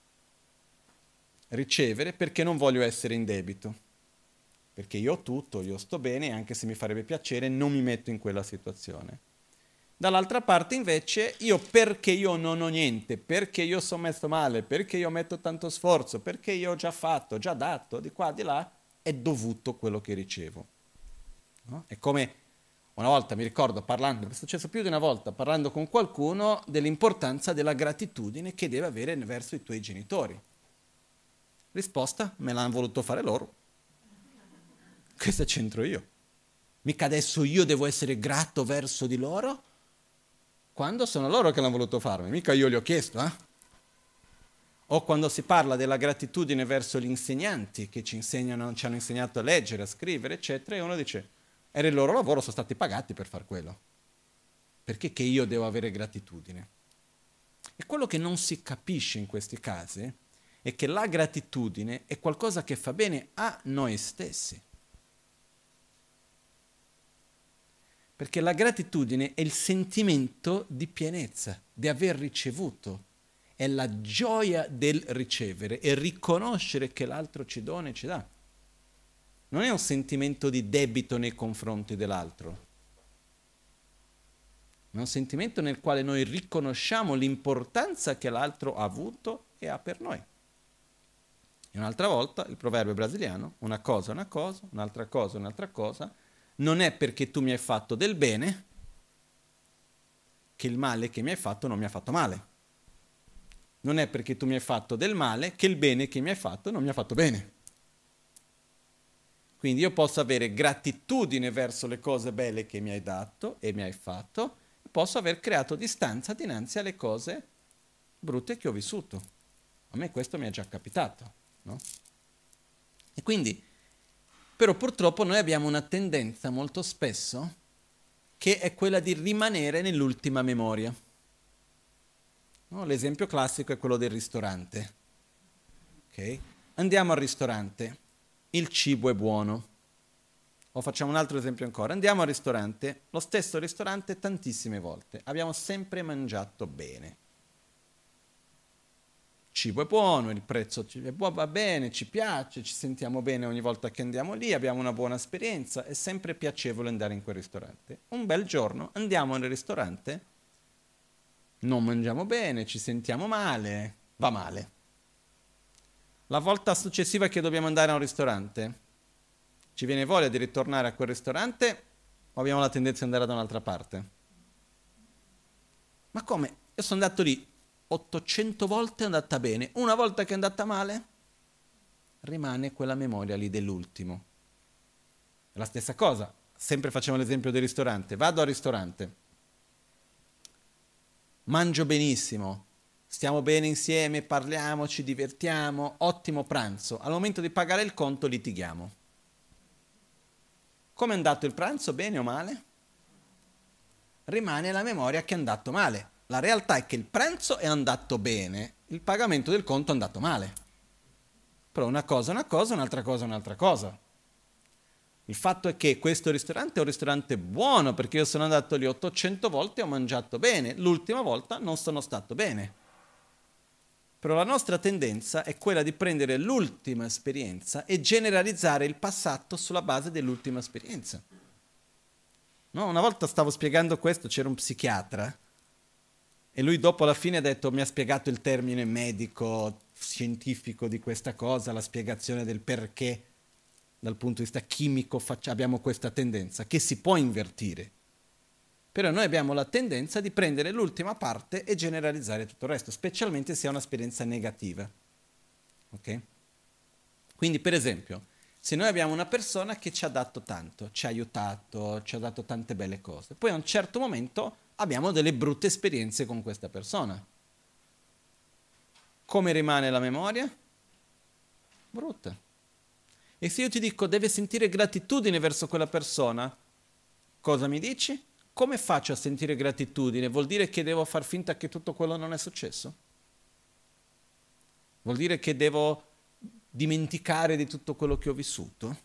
ricevere perché non voglio essere in debito, perché io ho tutto, io sto bene, anche se mi farebbe piacere, non mi metto in quella situazione. Dall'altra parte invece io perché io non ho niente, perché io sono messo male, perché io metto tanto sforzo, perché io ho già fatto, già dato, di qua, di là, è dovuto quello che ricevo. No? È come una volta, mi ricordo, parlando, è successo più di una volta, parlando con qualcuno dell'importanza della gratitudine che deve avere verso i tuoi genitori. Risposta, me l'hanno voluto fare loro. Questo c'entro io. Mica adesso io devo essere grato verso di loro? Quando sono loro che l'hanno voluto farmi, mica io gli ho chiesto, eh? O quando si parla della gratitudine verso gli insegnanti che ci insegnano, ci hanno insegnato a leggere, a scrivere, eccetera, e uno dice, era il loro lavoro, sono stati pagati per far quello. Perché che io devo avere gratitudine? E quello che non si capisce in questi casi è che la gratitudine è qualcosa che fa bene a noi stessi. Perché la gratitudine è il sentimento di pienezza, di aver ricevuto. È la gioia del ricevere e riconoscere che l'altro ci dona e ci dà. Non è un sentimento di debito nei confronti dell'altro. È un sentimento nel quale noi riconosciamo l'importanza che l'altro ha avuto e ha per noi. E un'altra volta, il proverbio brasiliano, una cosa è una cosa, un'altra cosa è un'altra cosa, non è perché tu mi hai fatto del bene che il male che mi hai fatto non mi ha fatto male. Non è perché tu mi hai fatto del male che il bene che mi hai fatto non mi ha fatto bene. Quindi io posso avere gratitudine verso le cose belle che mi hai dato e mi hai fatto, e posso aver creato distanza dinanzi alle cose brutte che ho vissuto. A me questo mi è già capitato, no? E quindi però purtroppo noi abbiamo una tendenza molto spesso che è quella di rimanere nell'ultima memoria. No? L'esempio classico è quello del ristorante. Okay? Andiamo al ristorante, il cibo è buono. O facciamo un altro esempio ancora. Andiamo al ristorante, lo stesso ristorante tantissime volte. Abbiamo sempre mangiato bene. Il cibo è buono, il prezzo è buono, va bene, ci piace, ci sentiamo bene ogni volta che andiamo lì, abbiamo una buona esperienza, è sempre piacevole andare in quel ristorante. Un bel giorno andiamo nel ristorante, non mangiamo bene, ci sentiamo male, va male. La volta successiva che dobbiamo andare a un ristorante, ci viene voglia di ritornare a quel ristorante o abbiamo la tendenza di andare da un'altra parte? Ma come? Io sono andato lì 800 volte è andata bene, una volta che è andata male, rimane quella memoria lì dell'ultimo. È la stessa cosa, sempre facciamo l'esempio del ristorante, vado al ristorante, mangio benissimo, stiamo bene insieme, parliamo, ci divertiamo, ottimo pranzo, al momento di pagare il conto litighiamo. Come è andato il pranzo, bene o male? Rimane la memoria che è andato male. La realtà è che il pranzo è andato bene, il pagamento del conto è andato male. Però una cosa è una cosa, un'altra cosa è un'altra cosa. Il fatto è che questo ristorante è un ristorante buono perché io sono andato lì 800 volte e ho mangiato bene, l'ultima volta non sono stato bene. Però la nostra tendenza è quella di prendere l'ultima esperienza e generalizzare il passato sulla base dell'ultima esperienza. No, una volta stavo spiegando questo, c'era un psichiatra e lui dopo alla fine ha detto, mi ha spiegato il termine medico scientifico di questa cosa, la spiegazione del perché dal punto di vista chimico abbiamo questa tendenza, che si può invertire. Però noi abbiamo la tendenza di prendere l'ultima parte e generalizzare tutto il resto, specialmente se è un'esperienza negativa. Ok? Quindi, per esempio, se noi abbiamo una persona che ci ha dato tanto, ci ha aiutato, ci ha dato tante belle cose, poi a un certo momento abbiamo delle brutte esperienze con questa persona. Come rimane la memoria? Brutta. E se io ti dico deve sentire gratitudine verso quella persona, cosa mi dici? Come faccio a sentire gratitudine? Vuol dire che devo far finta che tutto quello non è successo? Vuol dire che devo dimenticare di tutto quello che ho vissuto?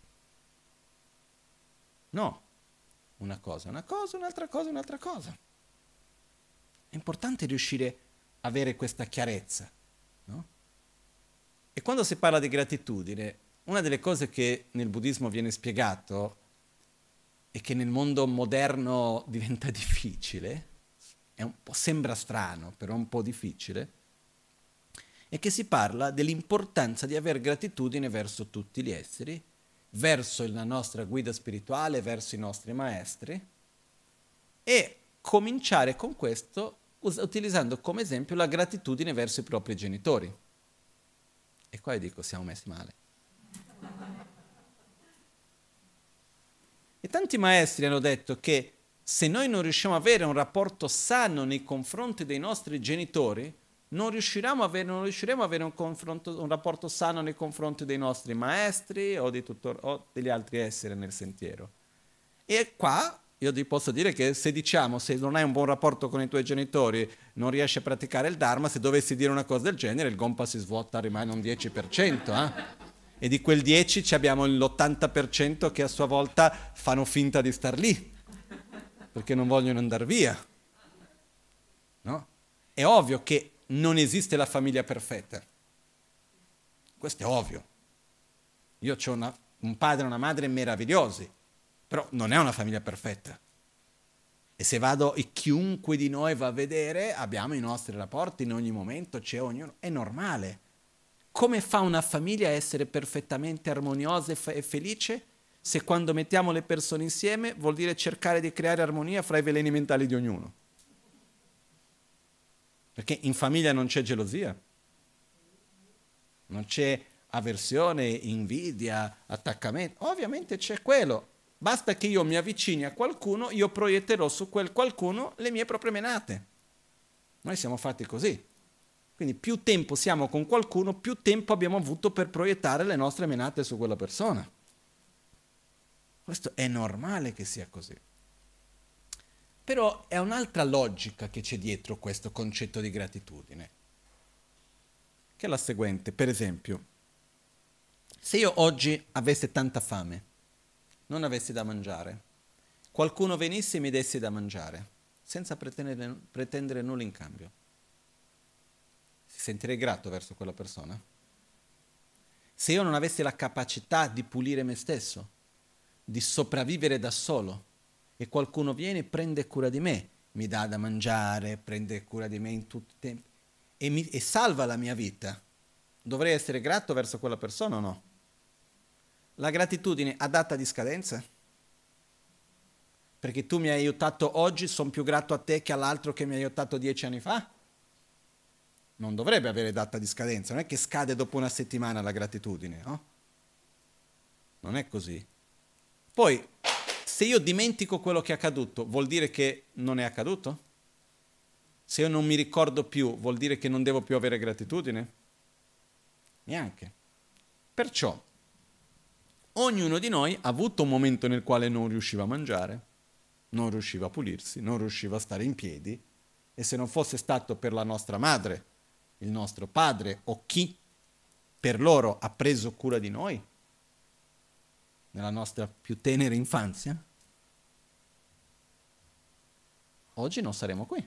No. Una cosa, un'altra cosa, un'altra cosa. È importante riuscire a avere questa chiarezza, no? E quando si parla di gratitudine, una delle cose che nel buddismo viene spiegato e che nel mondo moderno diventa difficile, sembra strano, però è un po' difficile, è che si parla dell'importanza di avere gratitudine verso tutti gli esseri, verso la nostra guida spirituale, verso i nostri maestri, e cominciare con questo utilizzando come esempio la gratitudine verso i propri genitori. E qua io dico, siamo messi male. E tanti maestri hanno detto che se noi non riusciamo ad avere un rapporto sano nei confronti dei nostri genitori, non riusciremo ad avere un rapporto sano nei confronti dei nostri maestri o degli altri esseri nel sentiero. E qua io ti posso dire che se non hai un buon rapporto con i tuoi genitori, non riesci a praticare il Dharma, se dovessi dire una cosa del genere, il gompa si svuota, rimane un 10%. E di quel 10 abbiamo l'80% che a sua volta fanno finta di star lì, perché non vogliono andare via. No? È ovvio che non esiste la famiglia perfetta. Questo è ovvio. Io ho un padre e una madre meravigliosi, però non è una famiglia perfetta. E se chiunque di noi va a vedere, abbiamo i nostri rapporti in ogni momento, c'è ognuno, è normale. Come fa una famiglia a essere perfettamente armoniosa e felice? Se quando mettiamo le persone insieme vuol dire cercare di creare armonia fra i veleni mentali di ognuno. Perché in famiglia non c'è gelosia, non c'è avversione, invidia, attaccamento. Ovviamente c'è quello. Basta che io mi avvicini a qualcuno, io proietterò su quel qualcuno le mie proprie menate. Noi siamo fatti così. Quindi più tempo siamo con qualcuno, più tempo abbiamo avuto per proiettare le nostre menate su quella persona. Questo è normale che sia così. Però è un'altra logica che c'è dietro questo concetto di gratitudine, che è la seguente. Per esempio, se io oggi avessi tanta fame, non avessi da mangiare, qualcuno venisse e mi desse da mangiare, senza pretendere nulla in cambio, si sentirei grato verso quella persona? Se io non avessi la capacità di pulire me stesso, di sopravvivere da solo, e qualcuno viene e prende cura di me, mi dà da mangiare, prende cura di me in tutto il tempo e salva la mia vita, dovrei essere grato verso quella persona o no? La gratitudine ha data di scadenza? Perché tu mi hai aiutato oggi, sono più grato a te che all'altro che mi ha aiutato 10 anni fa? Non dovrebbe avere data di scadenza, non è che scade dopo una settimana la gratitudine, no? Non è così. Poi, se io dimentico quello che è accaduto, vuol dire che non è accaduto? Se io non mi ricordo più, vuol dire che non devo più avere gratitudine? Neanche. Perciò, ognuno di noi ha avuto un momento nel quale non riusciva a mangiare, non riusciva a pulirsi, non riusciva a stare in piedi, e se non fosse stato per la nostra madre, il nostro padre o chi per loro ha preso cura di noi, nella nostra più tenera infanzia, oggi non saremo qui.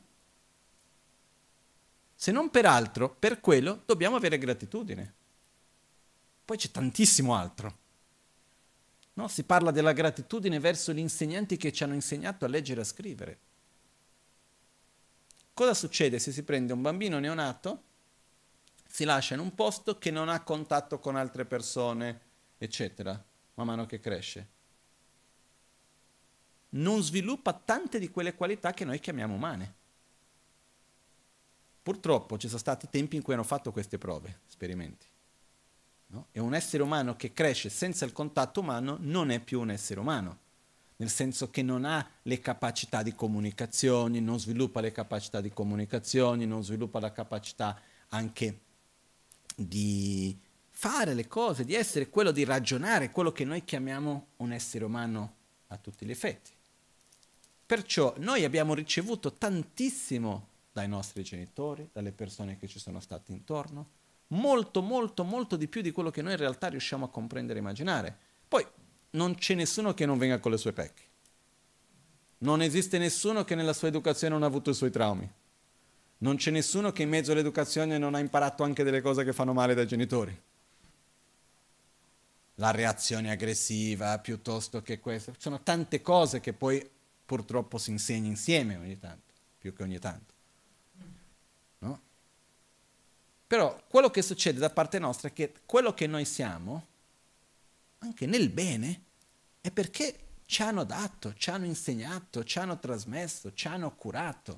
Se non per altro, per quello dobbiamo avere gratitudine. Poi c'è tantissimo altro. No? Si parla della gratitudine verso gli insegnanti che ci hanno insegnato a leggere e a scrivere. Cosa succede se si prende un bambino neonato, si lascia in un posto che non ha contatto con altre persone, eccetera, man mano che cresce. Non sviluppa tante di quelle qualità che noi chiamiamo umane. Purtroppo ci sono stati tempi in cui hanno fatto queste prove, esperimenti. No? E un essere umano che cresce senza il contatto umano non è più un essere umano, nel senso che non ha le capacità di comunicazione, non sviluppa le capacità di comunicazione, non sviluppa la capacità anche di fare le cose, di essere quello di ragionare, quello che noi chiamiamo un essere umano a tutti gli effetti. Perciò noi abbiamo ricevuto tantissimo dai nostri genitori, dalle persone che ci sono state intorno, molto, molto, molto di più di quello che noi in realtà riusciamo a comprendere e immaginare. Poi non c'è nessuno che non venga con le sue pecche. Non esiste nessuno che nella sua educazione non ha avuto i suoi traumi. Non c'è nessuno che in mezzo all'educazione non ha imparato anche delle cose che fanno male dai genitori. La reazione aggressiva, piuttosto che questo. Ci sono tante cose che poi purtroppo si insegna insieme ogni tanto, più che ogni tanto. No? Però quello che succede da parte nostra è che quello che noi siamo, anche nel bene, è perché ci hanno dato, ci hanno insegnato, ci hanno trasmesso, ci hanno curato.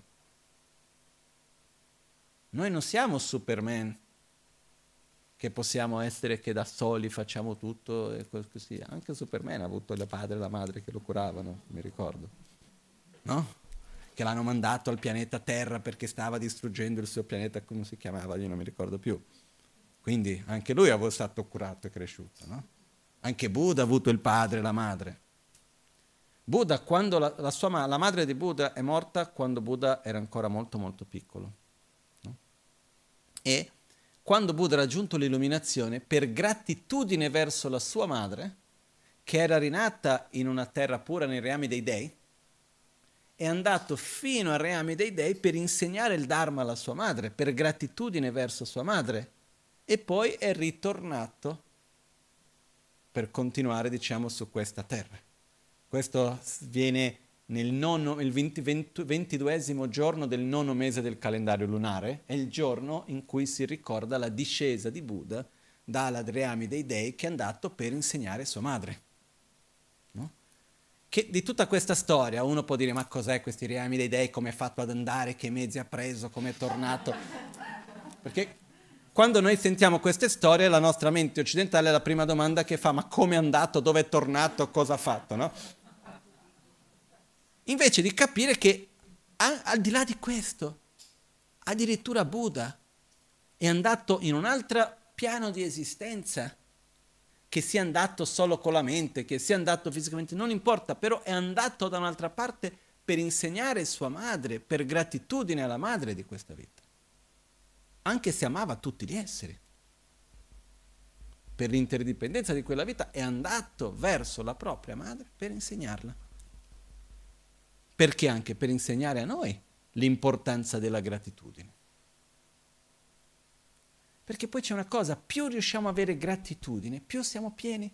Noi non siamo Superman, che possiamo essere che da soli facciamo tutto e così. Anche Superman ha avuto il padre e la madre che lo curavano, mi ricordo. No? Che l'hanno mandato al pianeta Terra perché stava distruggendo il suo pianeta, come si chiamava, io non mi ricordo più. Quindi anche lui è stato curato e cresciuto, no? Anche Buddha ha avuto il padre e la madre. Buddha, quando la madre di Buddha è morta quando Buddha era ancora molto molto piccolo. No? E quando Buddha ha raggiunto l'illuminazione, per gratitudine verso la sua madre, che era rinata in una terra pura nei reami dei dei, è andato fino ai reami dei dei per insegnare il Dharma alla sua madre, per gratitudine verso sua madre, e poi è ritornato per continuare, diciamo, su questa terra. Questo viene il 22esimo giorno del 9° mese del calendario lunare, è il giorno in cui si ricorda la discesa di Buddha dalla reami dei dei che è andato per insegnare sua madre. No? Che di tutta questa storia uno può dire: ma cos'è questi reami dei dei, come è fatto ad andare, che mezzi ha preso, come è tornato? Perché quando noi sentiamo queste storie la nostra mente occidentale è la prima domanda che fa: ma come è andato, dove è tornato, cosa ha fatto, no? Invece di capire che al di là di questo, addirittura Buddha è andato in un altro piano di esistenza, che sia andato solo con la mente, che sia andato fisicamente, non importa, però è andato da un'altra parte per insegnare sua madre, per gratitudine alla madre di questa vita, anche se amava tutti gli esseri. Per l'interdipendenza di quella vita è andato verso la propria madre per insegnarla. Perché anche per insegnare a noi l'importanza della gratitudine. Perché poi c'è una cosa: più riusciamo a avere gratitudine, più siamo pieni.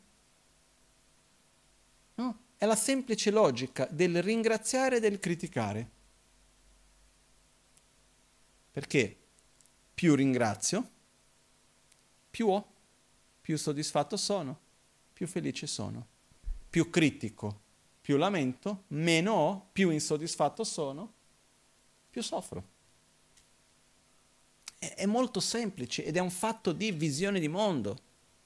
No? È la semplice logica del ringraziare e del criticare. Perché più ringrazio, più ho, più soddisfatto sono, più felice sono. Più critico, più lamento, meno ho, più insoddisfatto sono, più soffro. È molto semplice ed è un fatto di visione di mondo.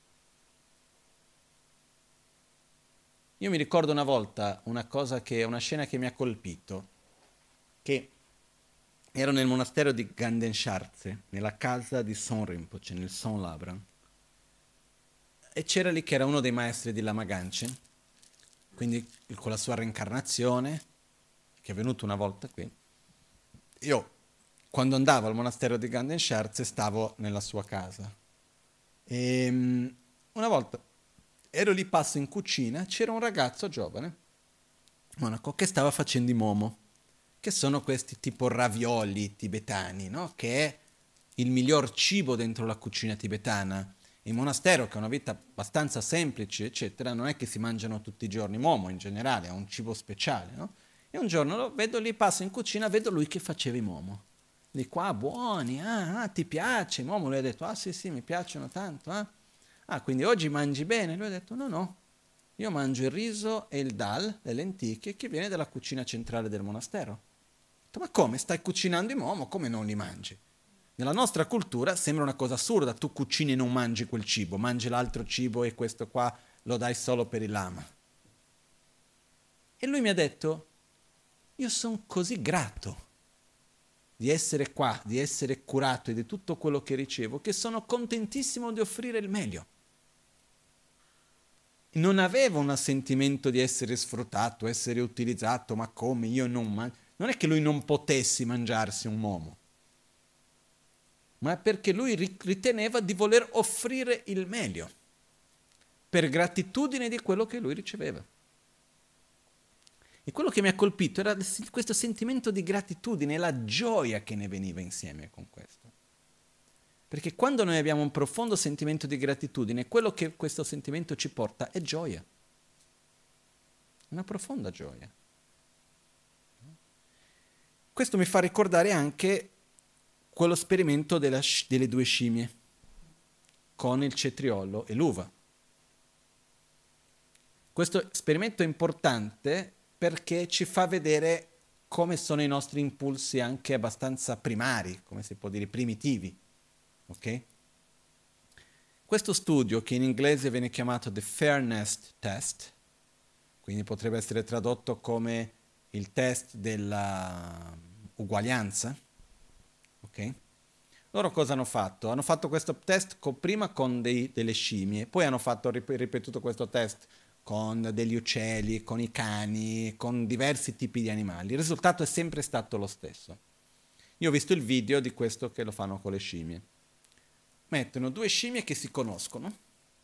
Io mi ricordo una volta una scena che mi ha colpito, che ero nel monastero di Ganden Shartse, nella casa di Son Rinpoche, nel Son Labran, e c'era lì che era uno dei maestri di Lama Ganchen, quindi con la sua reincarnazione, che è venuto una volta qui. Io, quando andavo al monastero di Ganden Shartse, stavo nella sua casa. E una volta ero lì, passo in cucina, c'era un ragazzo giovane, monaco, che stava facendo i momo, che sono questi tipo ravioli tibetani, no? Che è il miglior cibo dentro la cucina tibetana. Il monastero, che è una vita abbastanza semplice, eccetera, non è che si mangiano tutti i giorni momo in generale, è un cibo speciale, no? E un giorno lo vedo lì, passo in cucina, vedo lui che faceva i momo. Di qua, buoni, ti piace? L'uomo lui ha detto, sì, mi piacciono tanto. Quindi oggi mangi bene? Lui ha detto, no, io mangio il riso e il dal, le lenticchie, che viene dalla cucina centrale del monastero. Ho detto, ma come? Stai cucinando i momo? Come non li mangi? Nella nostra cultura sembra una cosa assurda, tu cucini e non mangi quel cibo, mangi l'altro cibo e questo qua lo dai solo per il lama. E lui mi ha detto, io sono così grato di essere qua, di essere curato e di tutto quello che ricevo, che sono contentissimo di offrire il meglio. Non avevo un sentimento di essere sfruttato, essere utilizzato, ma come io non mangio. Non è che lui non potessi mangiarsi un momo, ma è perché lui riteneva di voler offrire il meglio, per gratitudine di quello che lui riceveva. E quello che mi ha colpito era questo sentimento di gratitudine e la gioia che ne veniva insieme con questo. Perché quando noi abbiamo un profondo sentimento di gratitudine, quello che questo sentimento ci porta è gioia. Una profonda gioia. Questo mi fa ricordare anche quello esperimento delle due scimmie con il cetriolo e l'uva. Questo esperimento è importante perché ci fa vedere come sono i nostri impulsi anche abbastanza primari, come si può dire, primitivi. Ok? Questo studio, che in inglese viene chiamato The Fairness Test, quindi potrebbe essere tradotto come il test della uguaglianza, ok? Loro cosa hanno fatto? Hanno fatto questo test prima con delle scimmie, poi hanno ripetuto questo test con degli uccelli, con i cani, con diversi tipi di animali. Il risultato è sempre stato lo stesso. Io ho visto il video di questo che lo fanno con le scimmie. Mettono due scimmie che si conoscono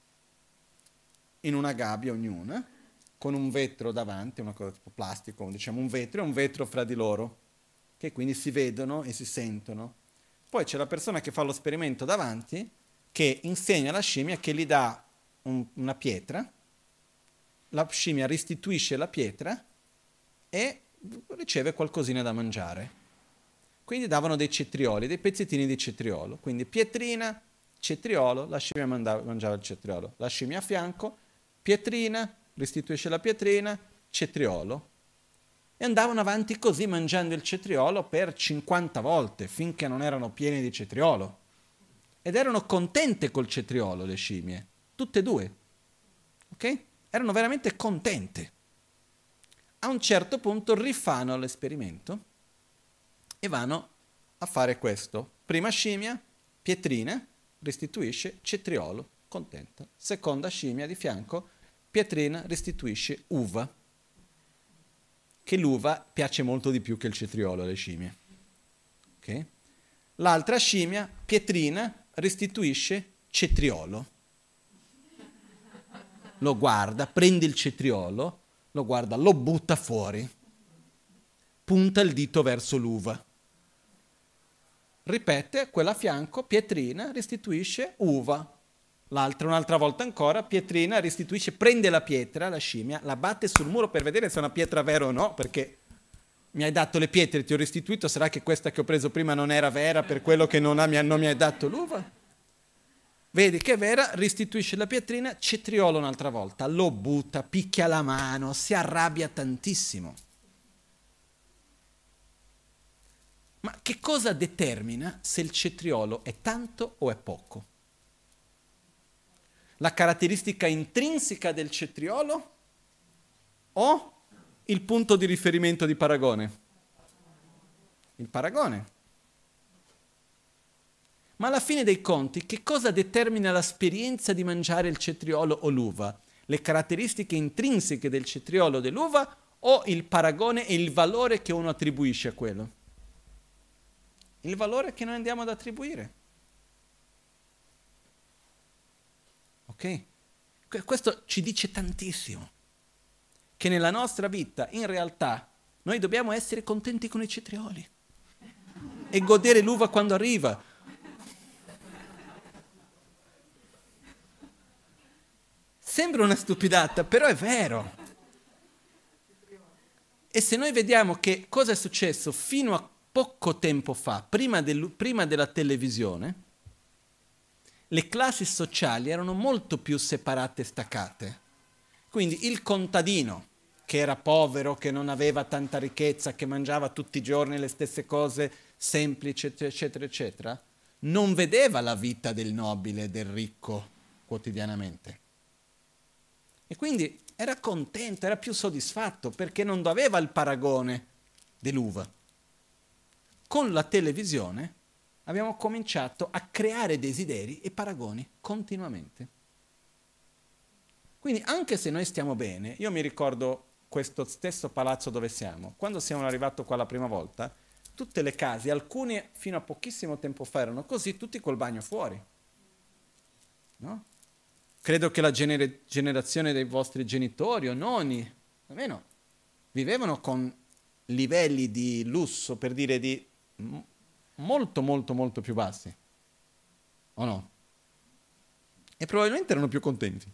in una gabbia ognuna, con un vetro davanti, una cosa tipo plastico, diciamo un vetro e un vetro fra di loro, che quindi si vedono e si sentono. Poi c'è la persona che fa lo esperimento davanti, che insegna alla scimmia, che gli dà una pietra, la scimmia restituisce la pietra e riceve qualcosina da mangiare. Quindi davano dei cetrioli, dei pezzettini di cetriolo. Quindi pietrina, cetriolo, la scimmia mangiava il cetriolo. La scimmia a fianco, pietrina, restituisce la pietrina, cetriolo. E andavano avanti così mangiando il cetriolo per 50 volte, finché non erano pieni di cetriolo. Ed erano contente col cetriolo le scimmie, tutte e due. Ok? Erano veramente contente. A un certo punto rifanno l'esperimento e vanno a fare questo. Prima scimmia, pietrina, restituisce cetriolo, contenta. Seconda scimmia di fianco, pietrina, restituisce uva. Che l'uva piace molto di più che il cetriolo alle scimmie. Okay? L'altra scimmia, pietrina, restituisce cetriolo. Lo guarda, prende il cetriolo, lo guarda, lo butta fuori, punta il dito verso l'uva. Ripete, quella a fianco, pietrina, restituisce uva. L'altra, un'altra volta ancora, pietrina, restituisce, prende la pietra, la scimmia, la batte sul muro per vedere se è una pietra vera o no, perché mi hai dato le pietre, ti ho restituito, sarà che questa che ho preso prima non era vera per quello che non mi hai dato l'uva? Vedi che è vera, restituisce la pietrina, cetriolo un'altra volta, lo butta, picchia la mano, si arrabbia tantissimo. Ma che cosa determina se il cetriolo è tanto o è poco? La caratteristica intrinseca del cetriolo o il punto di riferimento di paragone? Il paragone. Ma alla fine dei conti, che cosa determina l'esperienza di mangiare il cetriolo o l'uva? Le caratteristiche intrinseche del cetriolo o dell'uva o il paragone e il valore che uno attribuisce a quello? Il valore che noi andiamo ad attribuire. Ok? Questo ci dice tantissimo. Che nella nostra vita, in realtà, noi dobbiamo essere contenti con i cetrioli e godere l'uva quando arriva. Sembra una stupidata, però è vero. E se noi vediamo che cosa è successo fino a poco tempo fa, prima della televisione, le classi sociali erano molto più separate e staccate. Quindi il contadino, che era povero, che non aveva tanta ricchezza, che mangiava tutti i giorni le stesse cose semplici, eccetera, eccetera, non vedeva la vita del nobile, del ricco quotidianamente. E quindi era contento, era più soddisfatto, perché non aveva il paragone dell'uva. Con la televisione abbiamo cominciato a creare desideri e paragoni continuamente. Quindi anche se noi stiamo bene, io mi ricordo questo stesso palazzo dove siamo, quando siamo arrivati qua la prima volta, tutte le case, alcune fino a pochissimo tempo fa erano così, tutti col bagno fuori. No? Credo che la generazione dei vostri genitori o nonni, almeno, vivevano con livelli di lusso, per dire di molto, molto, molto più bassi. O no? E probabilmente erano più contenti.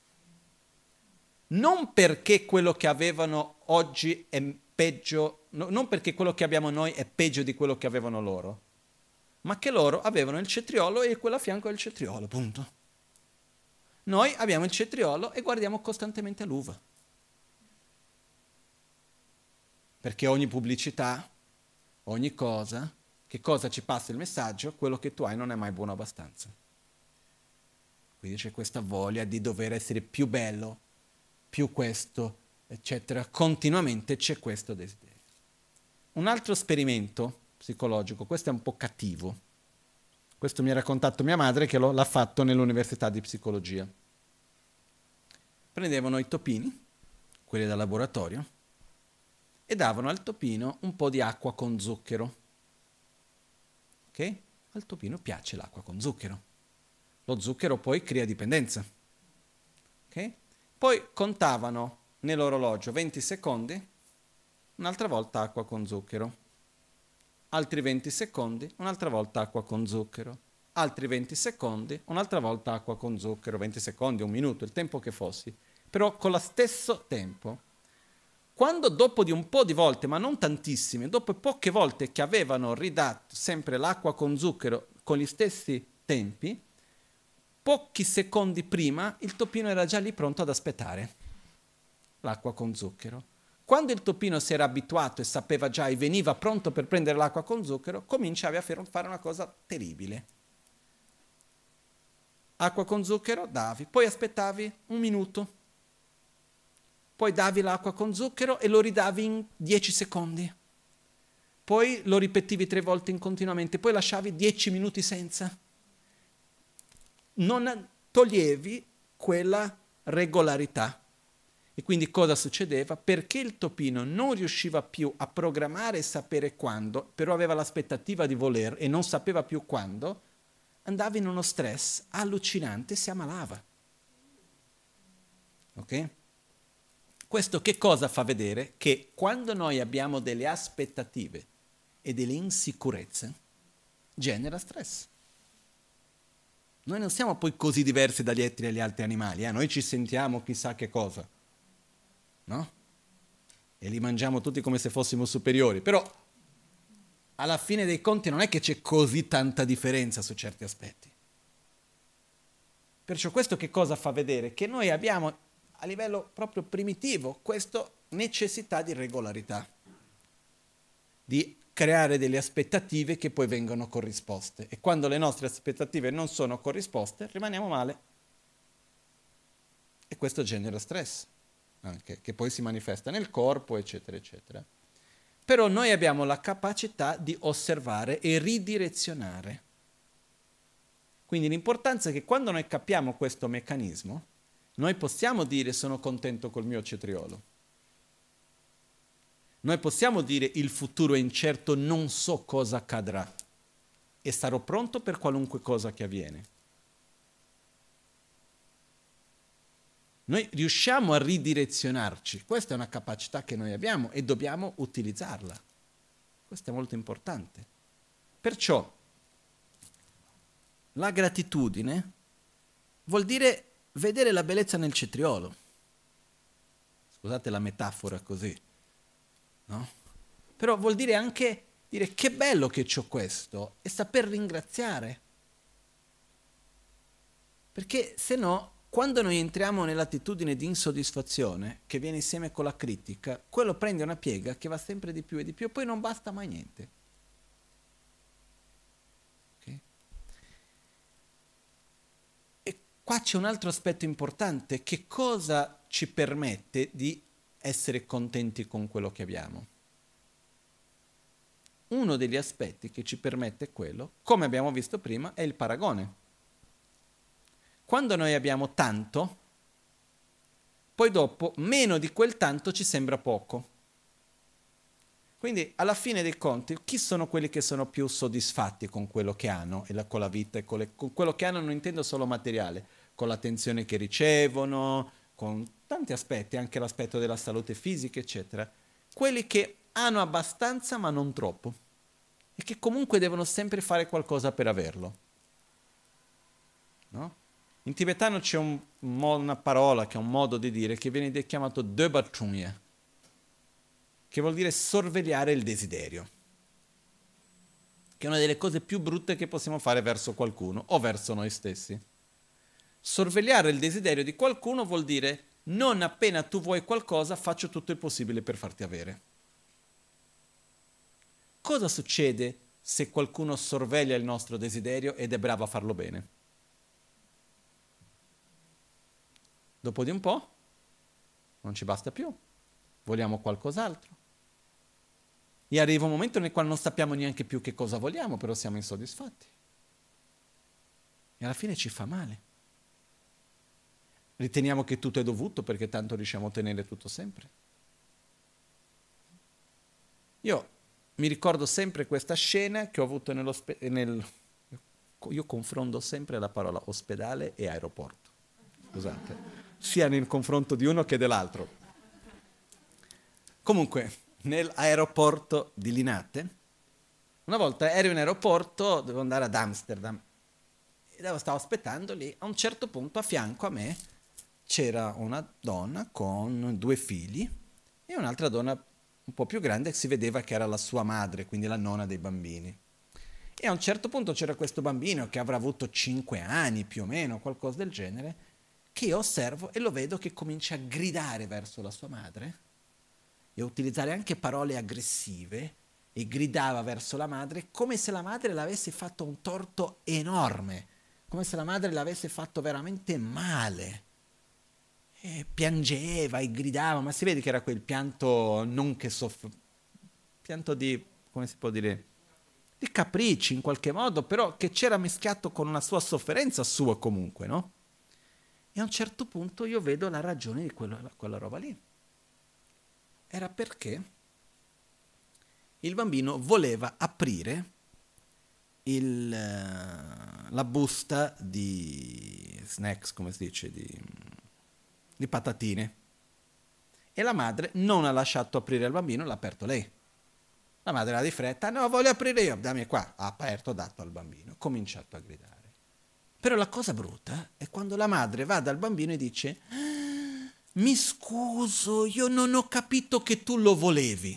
Non perché quello che avevano oggi è peggio, non perché quello che abbiamo noi è peggio di quello che avevano loro, ma che loro avevano il cetriolo e quello a fianco è il cetriolo, punto. Noi abbiamo il cetriolo e guardiamo costantemente l'uva. Perché ogni pubblicità, ogni cosa, che cosa ci passa il messaggio? Quello che tu hai non è mai buono abbastanza. Quindi c'è questa voglia di dover essere più bello, più questo, eccetera. Continuamente c'è questo desiderio. Un altro esperimento psicologico, questo è un po' cattivo. Questo mi ha raccontato mia madre che l'ha fatto nell'università di psicologia. Prendevano i topini, quelli da laboratorio, e davano al topino un po' di acqua con zucchero. Ok? Al topino piace l'acqua con zucchero. Lo zucchero poi crea dipendenza. Ok? Poi contavano nell'orologio 20 secondi, un'altra volta acqua con zucchero. Altri 20 secondi, un'altra volta acqua con zucchero. Altri 20 secondi, un'altra volta acqua con zucchero, 20 secondi, un minuto, il tempo che fossi. Però con lo stesso tempo, quando dopo di un po' di volte, ma non tantissime, dopo poche volte che avevano ridato sempre l'acqua con zucchero con gli stessi tempi, pochi secondi prima il topino era già lì pronto ad aspettare l'acqua con zucchero. Quando il topino si era abituato e sapeva già e veniva pronto per prendere l'acqua con zucchero, cominciavi a fare una cosa terribile. Acqua con zucchero, davi, poi aspettavi un minuto, poi davi l'acqua con zucchero e lo ridavi in 10 secondi. Poi lo ripetivi 3 volte continuamente, poi lasciavi 10 minuti senza. Non toglievi quella regolarità. E quindi cosa succedeva? Perché il topino non riusciva più a programmare e sapere quando, però aveva l'aspettativa di voler e non sapeva più quando, andava in uno stress allucinante e si ammalava. Ok? Questo che cosa fa vedere? Che quando noi abbiamo delle aspettative e delle insicurezze, genera stress. Noi non siamo poi così diversi dagli altri animali, noi ci sentiamo chissà che cosa, no? E li mangiamo tutti come se fossimo superiori, però alla fine dei conti non è che c'è così tanta differenza su certi aspetti. Perciò questo che cosa fa vedere? Che noi abbiamo a livello proprio primitivo questa necessità di regolarità, di creare delle aspettative che poi vengono corrisposte. E quando le nostre aspettative non sono corrisposte, rimaniamo male. E questo genera stress, anche, che poi si manifesta nel corpo, eccetera, eccetera. Però noi abbiamo la capacità di osservare e ridirezionare. Quindi l'importanza è che quando noi capiamo questo meccanismo, noi possiamo dire sono contento col mio cetriolo. Noi possiamo dire il futuro è incerto, non so cosa accadrà e sarò pronto per qualunque cosa che avviene. Noi riusciamo a ridirezionarci, questa è una capacità che noi abbiamo e dobbiamo utilizzarla. Questo è molto importante. Perciò la gratitudine vuol dire vedere la bellezza nel cetriolo. Scusate la metafora così. No? Però vuol dire anche dire che bello che c'ho questo e saper ringraziare. Perché se no, quando noi entriamo nell'attitudine di insoddisfazione, che viene insieme con la critica, quello prende una piega che va sempre di più e poi non basta mai niente. Okay? E qua c'è un altro aspetto importante, che cosa ci permette di essere contenti con quello che abbiamo. Uno degli aspetti che ci permette quello, come abbiamo visto prima, è il paragone. Quando noi abbiamo tanto, poi dopo meno di quel tanto ci sembra poco. Quindi alla fine dei conti, chi sono quelli che sono più soddisfatti con quello che hanno, e con la vita, e con quello che hanno non intendo solo materiale, con l'attenzione che ricevono, con tanti aspetti, anche l'aspetto della salute fisica, eccetera. Quelli che hanno abbastanza ma non troppo, e che comunque devono sempre fare qualcosa per averlo. No? In tibetano c'è una parola, che è un modo di dire, che viene chiamato Döbatrungye, che vuol dire sorvegliare il desiderio, che è una delle cose più brutte che possiamo fare verso qualcuno o verso noi stessi. Sorvegliare il desiderio di qualcuno vuol dire non appena tu vuoi qualcosa faccio tutto il possibile per farti avere. Cosa succede se qualcuno sorveglia il nostro desiderio ed è bravo a farlo bene? Dopo di un po' non ci basta più, vogliamo qualcos'altro. E arriva un momento nel quale non sappiamo neanche più che cosa vogliamo, però siamo insoddisfatti. E alla fine ci fa male. Riteniamo che tutto è dovuto perché tanto riusciamo a ottenere tutto sempre. Io mi ricordo sempre questa scena che ho avuto io confronto sempre la parola ospedale e aeroporto. Scusate. Sia nel confronto di uno che dell'altro. Comunque, nell'aeroporto di Linate, una volta ero in aeroporto, dovevo andare ad Amsterdam, e stavo aspettando lì, a un certo punto a fianco a me c'era una donna con 2 figli e un'altra donna un po' più grande che si vedeva che era la sua madre, quindi la nonna dei bambini. E a un certo punto c'era questo bambino che avrà avuto 5 anni più o meno, qualcosa del genere, che io osservo e lo vedo che comincia a gridare verso la sua madre e a utilizzare anche parole aggressive e gridava verso la madre come se la madre l'avesse fatto un torto enorme, come se la madre l'avesse fatto veramente male. E piangeva e gridava, ma si vede che era quel pianto non che pianto di, come si può dire, di capricci in qualche modo, però che c'era mischiato con una sua sofferenza sua comunque, no? E a un certo punto io vedo la ragione di quella roba lì. Era perché il bambino voleva aprire la busta di snacks, come si dice, di patatine. E la madre non ha lasciato aprire al bambino, l'ha aperto lei. La madre era di fretta, no, voglio aprire io, dammi qua. Ha aperto, dato al bambino, cominciato a gridare. Però la cosa brutta è quando la madre va dal bambino e dice mi scuso, io non ho capito che tu lo volevi.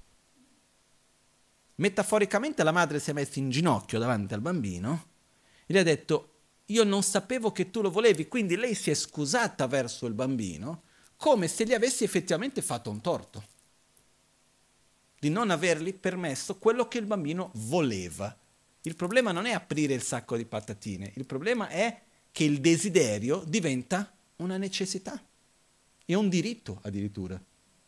Metaforicamente la madre si è messa in ginocchio davanti al bambino e gli ha detto io non sapevo che tu lo volevi, quindi lei si è scusata verso il bambino come se gli avessi effettivamente fatto un torto, di non avergli permesso quello che il bambino voleva. Il problema non è aprire il sacco di patatine, il problema è che il desiderio diventa una necessità e un diritto addirittura.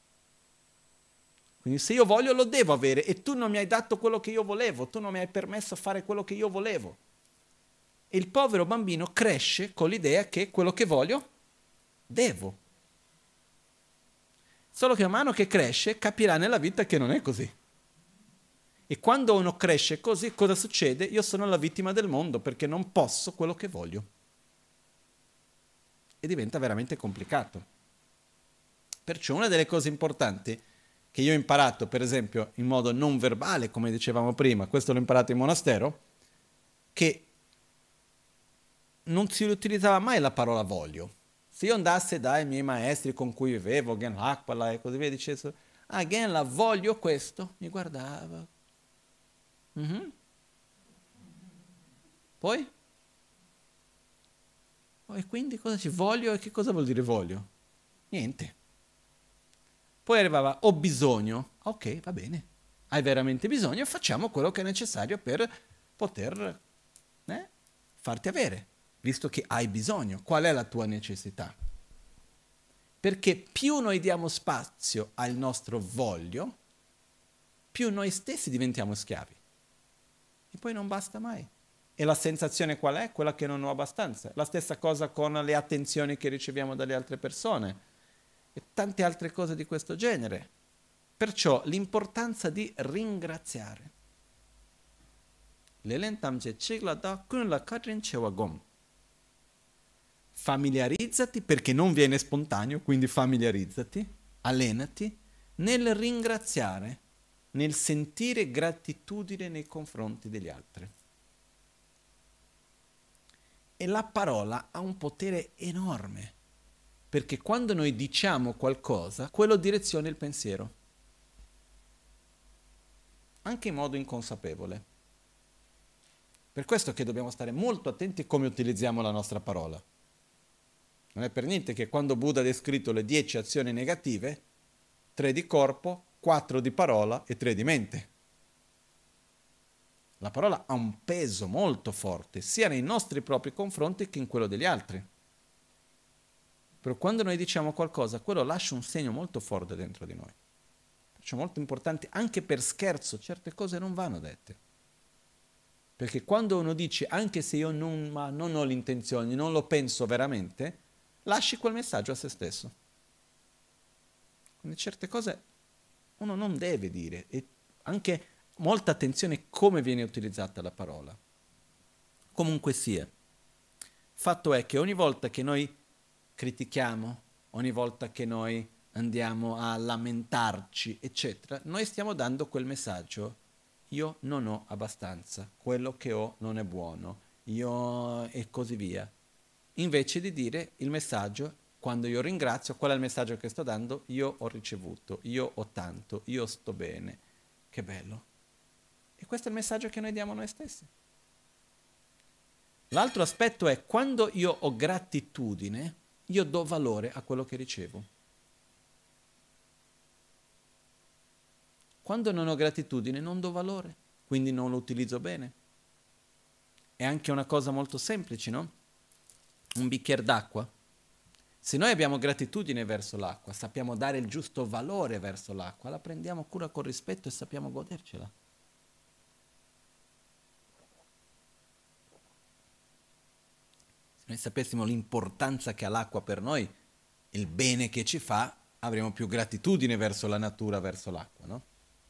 Quindi se io voglio lo devo avere e tu non mi hai dato quello che io volevo, tu non mi hai permesso di fare quello che io volevo. E il povero bambino cresce con l'idea che quello che voglio, devo. Solo che man mano che cresce capirà nella vita che non è così. E quando uno cresce così, cosa succede? Io sono la vittima del mondo perché non posso quello che voglio. E diventa veramente complicato. Perciò una delle cose importanti che io ho imparato, per esempio, in modo non verbale, come dicevamo prima, questo l'ho imparato in monastero, che non si utilizzava mai la parola voglio. Se io andassi dai miei maestri con cui vivevo, Gen Lakpala e così via, dicessero, Genla, voglio questo, mi guardava, Mhm. Poi? E quindi cosa ci voglio? E che cosa vuol dire voglio? Niente. Poi arrivava ho bisogno. Ok, va bene. Hai veramente bisogno? Facciamo quello che è necessario per poter farti avere, visto che hai bisogno. Qual è la tua necessità? Perché più noi diamo spazio al nostro voglio, più noi stessi diventiamo schiavi. E poi non basta mai. E la sensazione qual è? Quella che non ho abbastanza. La stessa cosa con le attenzioni che riceviamo dalle altre persone e tante altre cose di questo genere. Perciò l'importanza di ringraziare. Familiarizzati, perché non viene spontaneo, quindi familiarizzati, allenati nel ringraziare, nel sentire gratitudine nei confronti degli altri. E la parola ha un potere enorme, perché quando noi diciamo qualcosa, quello direziona il pensiero, anche in modo inconsapevole. Per questo che dobbiamo stare molto attenti a come utilizziamo la nostra parola. Non è per niente che quando Buddha ha descritto le 10 azioni negative, 3 di corpo, 4 di parola e 3 di mente. La parola ha un peso molto forte, sia nei nostri propri confronti che in quello degli altri. Però quando noi diciamo qualcosa, quello lascia un segno molto forte dentro di noi. Perciò è molto importante, anche per scherzo, certe cose non vanno dette. Perché quando uno dice, anche se io non ho l'intenzione, non lo penso veramente, lasci quel messaggio a se stesso. Quindi certe cose uno non deve dire, e anche molta attenzione a come viene utilizzata la parola. Comunque sia, fatto è che ogni volta che noi critichiamo, ogni volta che noi andiamo a lamentarci, eccetera, noi stiamo dando quel messaggio: io non ho abbastanza, quello che ho non è buono, io e così via. Invece di dire il messaggio, quando io ringrazio, qual è il messaggio che sto dando? Io ho ricevuto, io ho tanto, io sto bene. Che bello. E questo è il messaggio che noi diamo a noi stessi. L'altro aspetto è, quando io ho gratitudine, io do valore a quello che ricevo. Quando non ho gratitudine non do valore, quindi non lo utilizzo bene. È anche una cosa molto semplice, no? Un bicchiere d'acqua. Se noi abbiamo gratitudine verso l'acqua, sappiamo dare il giusto valore verso l'acqua, la prendiamo cura con rispetto e sappiamo godercela. Se noi sapessimo l'importanza che ha l'acqua per noi, il bene che ci fa, avremo più gratitudine verso la natura, verso l'acqua, no?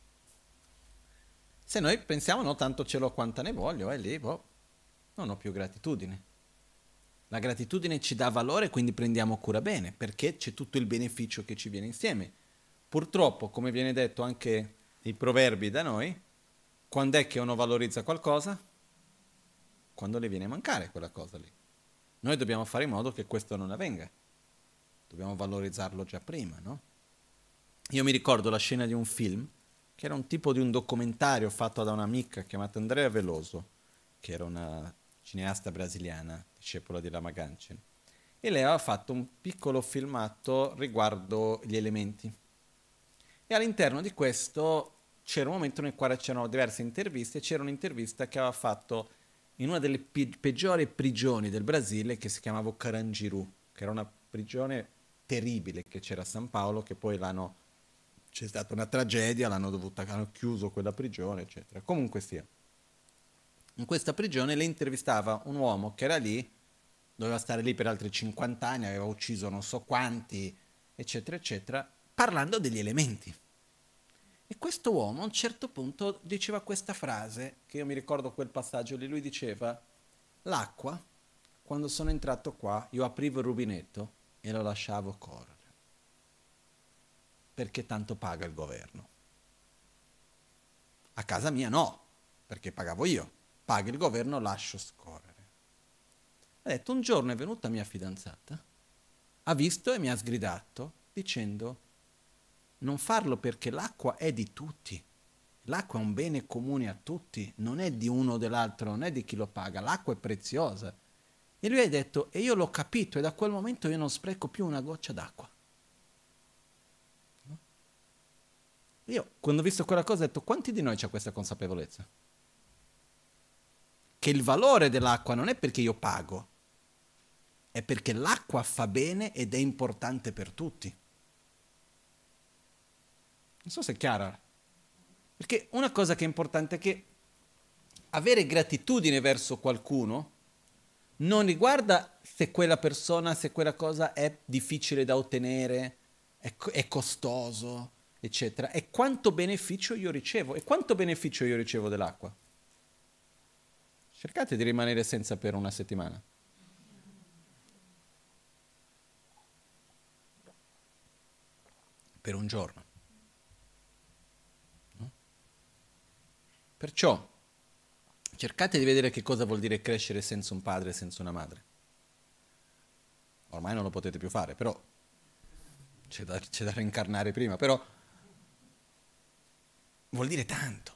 Se noi pensiamo, no, tanto ce l'ho quanta ne voglio, lì, non ho più gratitudine. La gratitudine ci dà valore, quindi prendiamo cura bene, perché c'è tutto il beneficio che ci viene insieme. Purtroppo, come viene detto anche nei proverbi da noi, quando è che uno valorizza qualcosa? Quando le viene a mancare quella cosa lì. Noi dobbiamo fare in modo che questo non avvenga. Dobbiamo valorizzarlo già prima, no? Io mi ricordo la scena di un film, che era un tipo di un documentario fatto da un'amica chiamata Andrea Veloso, che era una cineasta brasiliana, discepola di Lama Ganchen, e lei aveva fatto un piccolo filmato riguardo gli elementi. E all'interno di questo c'era un momento nel quale c'erano diverse interviste, e c'era un'intervista che aveva fatto in una delle peggiori prigioni del Brasile, che si chiamava Carandiru, che era una prigione terribile che c'era a San Paolo, che poi c'è stata una tragedia, hanno chiuso quella prigione, eccetera. Comunque sia. In questa prigione lei intervistava un uomo che era lì, doveva stare lì per altri 50 anni, aveva ucciso non so quanti, eccetera, eccetera, parlando degli elementi. E questo uomo a un certo punto diceva questa frase, che io mi ricordo quel passaggio lì, lui diceva: l'acqua, quando sono entrato qua, io aprivo il rubinetto e lo lasciavo correre. Perché tanto paga il governo. A casa mia no, perché pagavo io. Paga il governo, lascio scorrere. Ha detto, un giorno è venuta mia fidanzata, ha visto e mi ha sgridato dicendo: non farlo perché l'acqua è di tutti. L'acqua è un bene comune a tutti, non è di uno o dell'altro, non è di chi lo paga, l'acqua è preziosa. E lui ha detto, e io l'ho capito, e da quel momento io non spreco più una goccia d'acqua. No? Io, quando ho visto quella cosa, ho detto, quanti di noi c'ha questa consapevolezza? Che il valore dell'acqua non è perché io pago, è perché l'acqua fa bene ed è importante per tutti. Non so se è chiara. Perché una cosa che è importante è che avere gratitudine verso qualcuno non riguarda se quella persona, se quella cosa è difficile da ottenere, è costoso, eccetera. È quanto beneficio io ricevo. E quanto beneficio io ricevo dell'acqua? Cercate di rimanere senza per una settimana. Per un giorno. No? Perciò cercate di vedere che cosa vuol dire crescere senza un padre e senza una madre. Ormai non lo potete più fare, però c'è da reincarnare prima, però vuol dire tanto.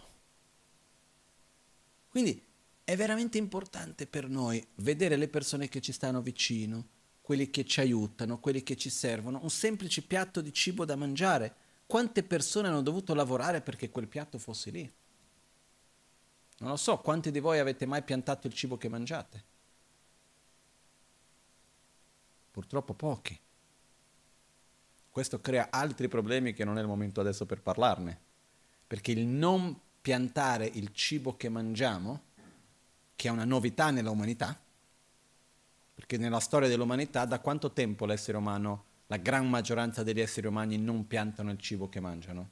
Quindi è veramente importante per noi vedere le persone che ci stanno vicino, quelli che ci aiutano, quelli che ci servono, un semplice piatto di cibo da mangiare. Quante persone hanno dovuto lavorare perché quel piatto fosse lì? Non lo so, quanti di voi avete mai piantato il cibo che mangiate? Purtroppo pochi. Questo crea altri problemi che non è il momento adesso per parlarne, perché il non piantare il cibo che mangiamo, che è una novità nella umanità, perché nella storia dell'umanità da quanto tempo l'essere umano, la gran maggioranza degli esseri umani non piantano il cibo che mangiano?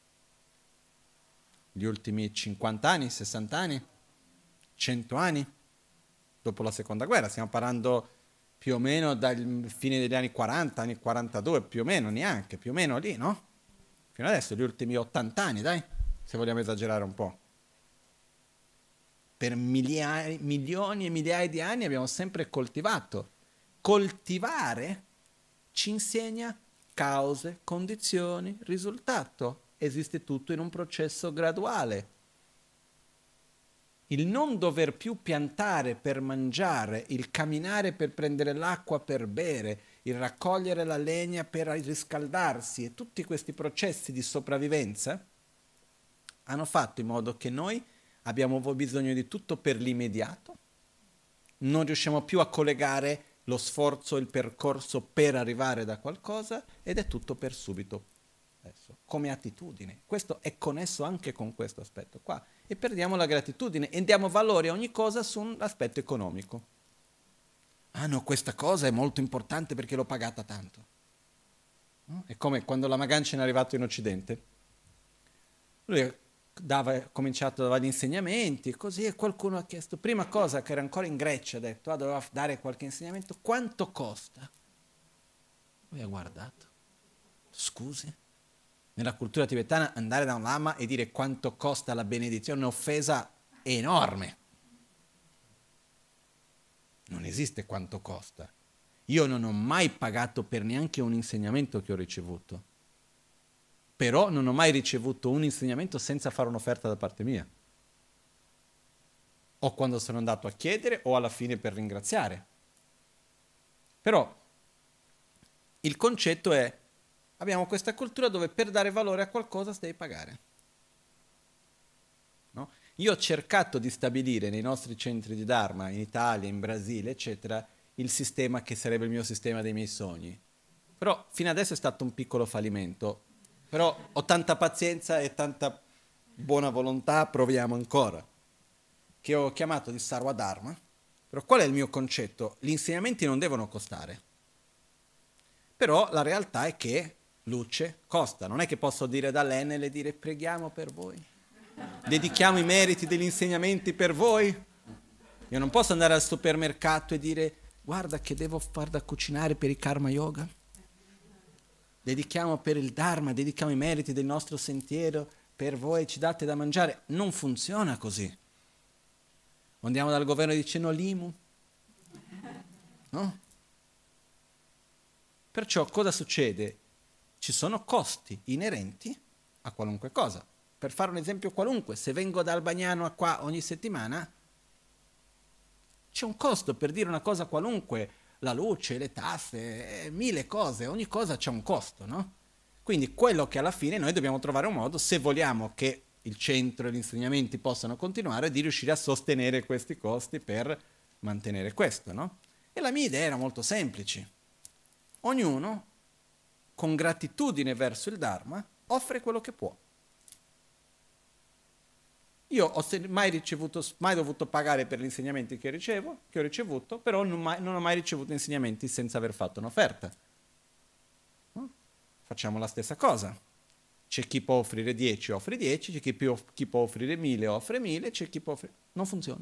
Gli ultimi 50 anni, 60 anni, 100 anni, dopo la seconda guerra, stiamo parlando più o meno dal fine degli anni 40, anni 42, più o meno neanche, più o meno lì, no? Fino adesso, gli ultimi 80 anni, dai, se vogliamo esagerare un po'. Per milioni e migliaia di anni abbiamo sempre coltivato. Coltivare ci insegna cause, condizioni, risultato. Esiste tutto in un processo graduale. Il non dover più piantare per mangiare, il camminare per prendere l'acqua per bere, il raccogliere la legna per riscaldarsi e tutti questi processi di sopravvivenza hanno fatto in modo che noi abbiamo bisogno di tutto per l'immediato, non riusciamo più a collegare lo sforzo, il percorso per arrivare da qualcosa ed è tutto per subito. Adesso, come attitudine. Questo è connesso anche con questo aspetto qua. E perdiamo la gratitudine e diamo valore a ogni cosa su un aspetto economico. Ah no, questa cosa è molto importante perché l'ho pagata tanto. No? È come quando la Magancia è arrivato in Occidente. Lui ha cominciato a dare gli insegnamenti, così, e qualcuno ha chiesto, prima cosa che era ancora in Grecia, ha detto, doveva dare qualche insegnamento, quanto costa? Lui ha guardato, scusi? Nella cultura tibetana andare da un lama e dire quanto costa la benedizione è un'offesa enorme. Non esiste quanto costa. Io non ho mai pagato per neanche un insegnamento che ho ricevuto. Però non ho mai ricevuto un insegnamento senza fare un'offerta da parte mia. O quando sono andato a chiedere o alla fine per ringraziare. Però il concetto è abbiamo questa cultura dove per dare valore a qualcosa si deve pagare. No? Io ho cercato di stabilire nei nostri centri di Dharma, in Italia, in Brasile, eccetera, il sistema che sarebbe il mio sistema dei miei sogni. Però fino adesso è stato un piccolo fallimento. Però ho tanta pazienza e tanta buona volontà, proviamo ancora. Che ho chiamato di Sarva Dharma. Però qual è il mio concetto? Gli insegnamenti non devono costare. Però la realtà è che luce costa, non è che posso dire dall'Enel e dire preghiamo per voi, dedichiamo i meriti degli insegnamenti per voi. Io non posso andare al supermercato e dire guarda che devo far da cucinare per il Karma Yoga, dedichiamo per il Dharma, dedichiamo i meriti del nostro sentiero per voi, ci date da mangiare. Non funziona così. Andiamo dal governo e dice no l'IMU, no? Perciò cosa succede? Ci sono costi inerenti a qualunque cosa. per fare un esempio qualunque, se vengo da Albagnano a qua ogni settimana, c'è un costo per dire una cosa qualunque, la luce, le tasse, mille cose, ogni cosa c'è un costo, no? Quindi quello che alla fine noi dobbiamo trovare un modo, se vogliamo che il centro e gli insegnamenti possano continuare, di riuscire a sostenere questi costi per mantenere questo, no? E la mia idea era molto semplice. Ognuno, con gratitudine verso il Dharma, offre quello che può. Io ho mai dovuto pagare per gli insegnamenti che ho ricevuto, però non ho mai ricevuto insegnamenti senza aver fatto un'offerta. No? Facciamo la stessa cosa. C'è chi può offrire 10, offre 10, c'è chi può offrire 1000, offre 1000, c'è chi può offrire... Non funziona.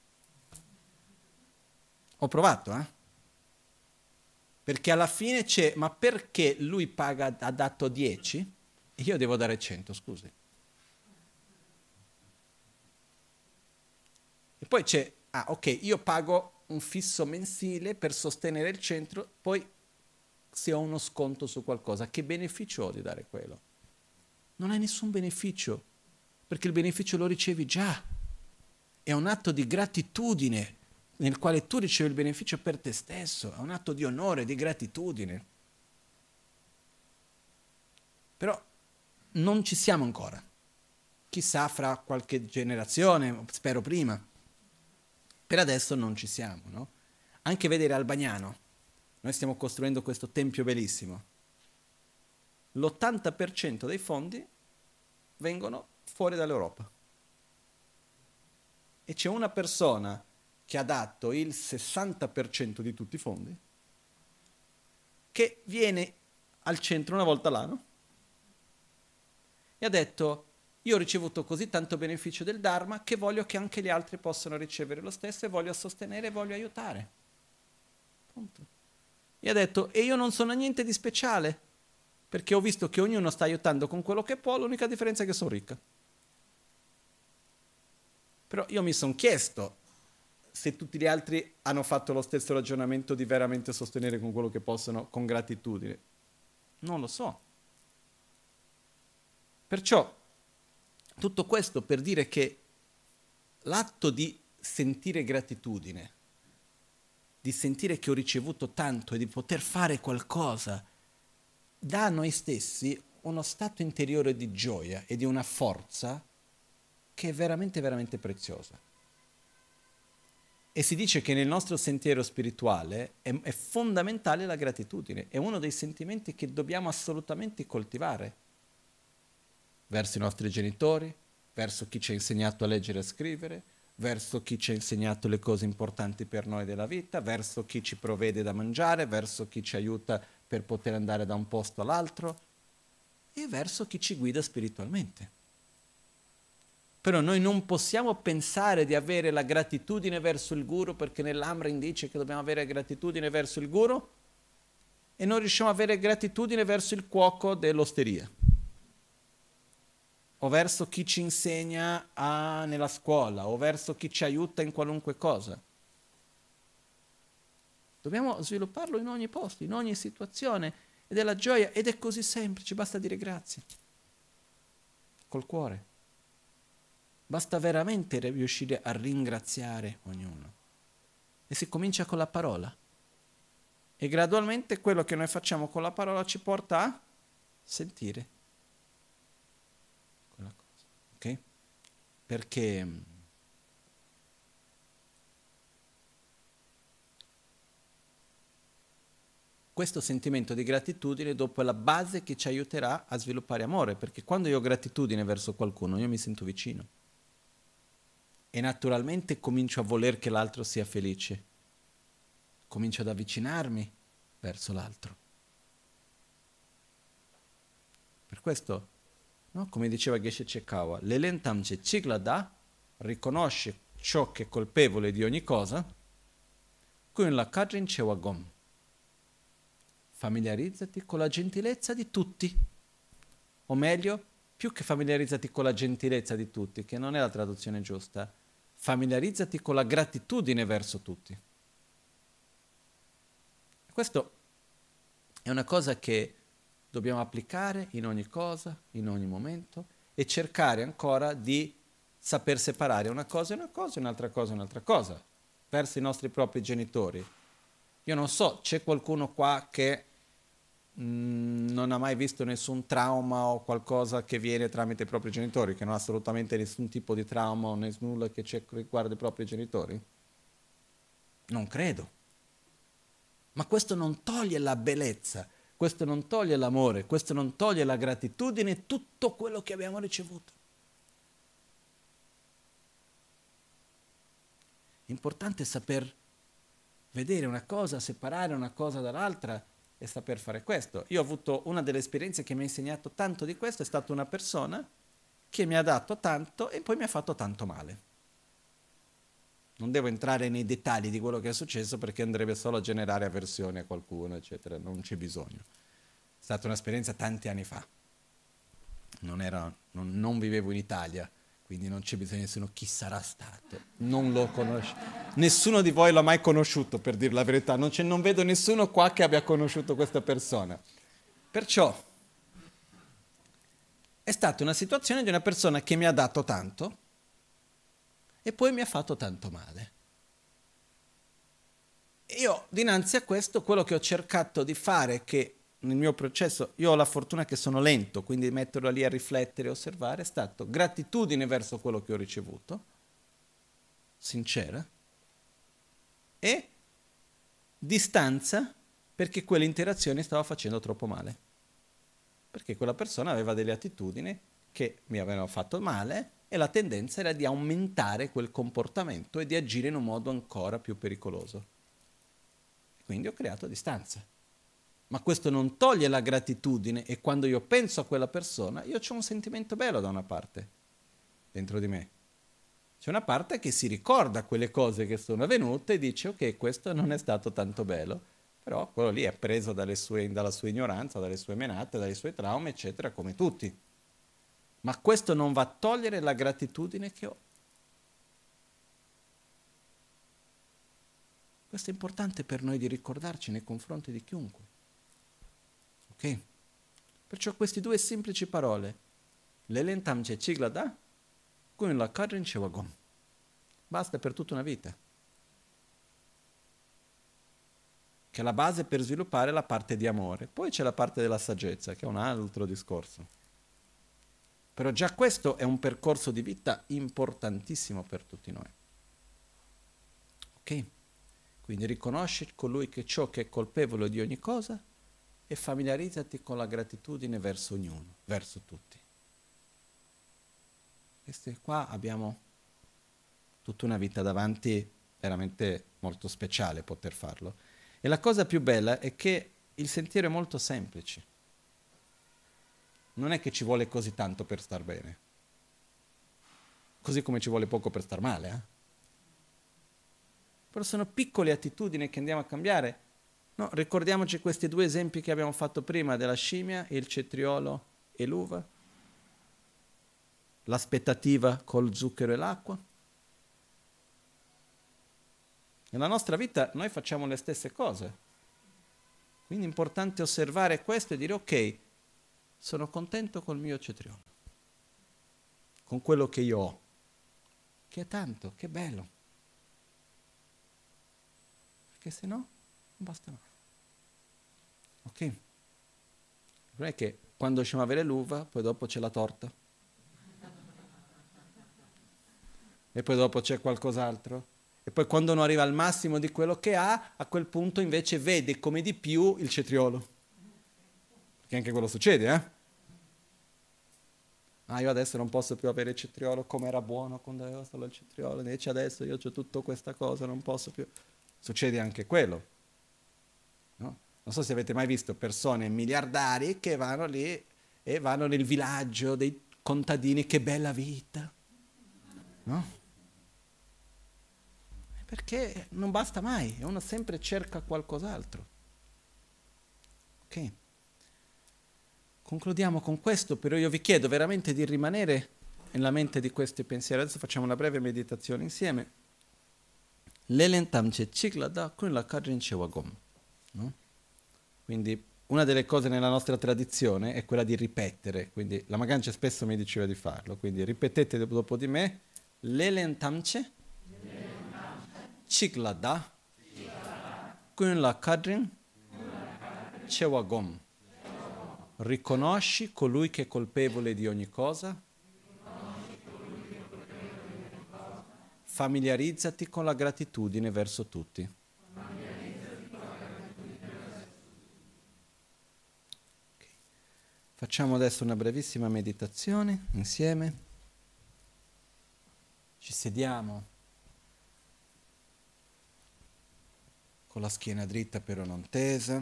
Ho provato, Perché alla fine c'è, ma perché lui ha dato 10 e io devo dare 100, scusi. E poi c'è, ok, io pago un fisso mensile per sostenere il centro, poi se ho uno sconto su qualcosa, che beneficio ho di dare quello? Non hai nessun beneficio, perché il beneficio lo ricevi già. È un atto di gratitudine nel quale tu ricevi il beneficio per te stesso, è un atto di onore, di gratitudine. Però non ci siamo ancora. Chissà fra qualche generazione, spero prima. Per adesso non ci siamo, no? Anche vedere Albagnano, noi stiamo costruendo questo tempio bellissimo. L'80% dei fondi vengono fuori dall'Europa. E c'è una persona che ha dato il 60% di tutti i fondi, che viene al centro una volta l'anno e ha detto: io ho ricevuto così tanto beneficio del Dharma che voglio che anche gli altri possano ricevere lo stesso e voglio sostenere e voglio aiutare. Punto. E ha detto: e io non sono niente di speciale, perché ho visto che ognuno sta aiutando con quello che può, l'unica differenza è che sono ricca. Però io mi sono chiesto se tutti gli altri hanno fatto lo stesso ragionamento di veramente sostenere con quello che possono, con gratitudine. Non lo so. Perciò, tutto questo per dire che l'atto di sentire gratitudine, di sentire che ho ricevuto tanto e di poter fare qualcosa, dà a noi stessi uno stato interiore di gioia e di una forza che è veramente, veramente preziosa. E si dice che nel nostro sentiero spirituale è fondamentale la gratitudine, è uno dei sentimenti che dobbiamo assolutamente coltivare verso i nostri genitori, verso chi ci ha insegnato a leggere e a scrivere, verso chi ci ha insegnato le cose importanti per noi della vita, verso chi ci provvede da mangiare, verso chi ci aiuta per poter andare da un posto all'altro e verso chi ci guida spiritualmente. Però noi non possiamo pensare di avere la gratitudine verso il guru, perché nell'Amrin dice che dobbiamo avere gratitudine verso il guru, e non riusciamo ad avere gratitudine verso il cuoco dell'osteria o verso chi ci insegna nella scuola o verso chi ci aiuta in qualunque cosa. Dobbiamo svilupparlo in ogni posto, in ogni situazione, ed è la gioia, ed è così semplice, basta dire grazie col cuore. Basta veramente riuscire a ringraziare ognuno. E si comincia con la parola. E gradualmente quello che noi facciamo con la parola ci porta a sentire quella cosa. Ok? Perché questo sentimento di gratitudine dopo è la base che ci aiuterà a sviluppare amore. Perché quando io ho gratitudine verso qualcuno, io mi sento vicino. E naturalmente comincio a voler che l'altro sia felice. Comincio ad avvicinarmi verso l'altro. Per questo, no? Come diceva Geshe Chekawa, l'elentam che ciglada riconosce ciò che è colpevole di ogni cosa, con la kadrin chewagom. Familiarizzati con la gentilezza di tutti. O meglio, più che familiarizzati con la gentilezza di tutti, che non è la traduzione giusta, familiarizzati con la gratitudine verso tutti. Questo è una cosa che dobbiamo applicare in ogni cosa, in ogni momento, e cercare ancora di saper separare una cosa è una cosa, un'altra cosa è un'altra cosa, verso i nostri propri genitori. Io non so, c'è qualcuno qua che non ha mai visto nessun trauma o qualcosa che viene tramite i propri genitori, che non ha assolutamente nessun tipo di trauma o nulla che riguarda i propri genitori? Non credo. Ma questo non toglie la bellezza, questo non toglie l'amore, questo non toglie la gratitudine, tutto quello che abbiamo ricevuto. Importante saper vedere una cosa, separare una cosa dall'altra e saper fare questo. Io ho avuto una delle esperienze che mi ha insegnato tanto di questo, è stata una persona che mi ha dato tanto e poi mi ha fatto tanto male. Non devo entrare nei dettagli di quello che è successo perché andrebbe solo a generare avversione a qualcuno, eccetera, non c'è bisogno. È stata un'esperienza tanti anni fa. Non vivevo in Italia, quindi non c'è bisogno di nessuno chi sarà stato. Non lo conosco. Nessuno di voi l'ha mai conosciuto, per dire la verità. Non vedo nessuno qua che abbia conosciuto questa persona. Perciò è stata una situazione di una persona che mi ha dato tanto e poi mi ha fatto tanto male. Io, dinanzi a questo, quello che ho cercato di fare è che nel mio processo, io ho la fortuna che sono lento, quindi metterlo lì a riflettere e osservare, è stato gratitudine verso quello che ho ricevuto, sincera, e distanza perché quell'interazione stava facendo troppo male. Perché quella persona aveva delle attitudini che mi avevano fatto male e la tendenza era di aumentare quel comportamento e di agire in un modo ancora più pericoloso. Quindi ho creato distanza. Ma questo non toglie la gratitudine e quando io penso a quella persona, io ho un sentimento bello da una parte, dentro di me. C'è una parte che si ricorda quelle cose che sono avvenute e dice ok, questo non è stato tanto bello, però quello lì è preso dalla sua ignoranza, dalle sue menate, dai suoi traumi, eccetera, come tutti. Ma questo non va a togliere la gratitudine che ho. Questo è importante per noi di ricordarci nei confronti di chiunque. Ok? Perciò queste due semplici parole, Lelentam che Ciglada, con la Kadrin Chewagom, basta per tutta una vita. Che è la base per sviluppare la parte di amore. Poi c'è la parte della saggezza, che è un altro discorso. Però già questo è un percorso di vita importantissimo per tutti noi. Ok? Quindi riconosci colui che ciò che è colpevole di ogni cosa e familiarizzati con la gratitudine verso ognuno, verso tutti. Queste qua abbiamo tutta una vita davanti, veramente molto speciale poter farlo. E la cosa più bella è che il sentiero è molto semplice. Non è che ci vuole così tanto per star bene, così come ci vuole poco per star male. Però sono piccole attitudini che andiamo a cambiare. No, ricordiamoci questi due esempi che abbiamo fatto prima della scimmia, il cetriolo e l'uva, l'aspettativa col zucchero e l'acqua. Nella nostra vita noi facciamo le stesse cose. Quindi è importante osservare questo e dire ok, sono contento col mio cetriolo, con quello che io ho, che è tanto, che bello. Perché se no, non basta mai. Ok? Non è che quando riusciamo a avere l'uva, poi dopo c'è la torta. E poi dopo c'è qualcos'altro. E poi quando uno arriva al massimo di quello che ha, a quel punto invece vede come di più il cetriolo. Perché anche quello succede, eh? Ah, io adesso non posso più avere il cetriolo come era buono quando avevo solo il cetriolo, invece adesso io ho tutta questa cosa, non posso più. Succede anche quello. No? Non so se avete mai visto persone miliardari che vanno lì e vanno nel villaggio dei contadini, che bella vita. No? Perché non basta mai, e uno sempre cerca qualcos'altro. Ok? Concludiamo con questo, però io vi chiedo veramente di rimanere nella mente di questi pensieri. Adesso facciamo una breve meditazione insieme. Lelentam che ciglada con la kadrin chewagom. Quindi una delle cose nella nostra tradizione è quella di ripetere, quindi la Magancia spesso mi diceva di farlo, quindi ripetete dopo di me, Lelen Tamche, Chiglada, Kun la Kadrin, Chewagom. Riconosci colui che è colpevole di ogni cosa, familiarizzati con la gratitudine verso tutti. Facciamo adesso una brevissima meditazione insieme. Ci sediamo con la schiena dritta però non tesa.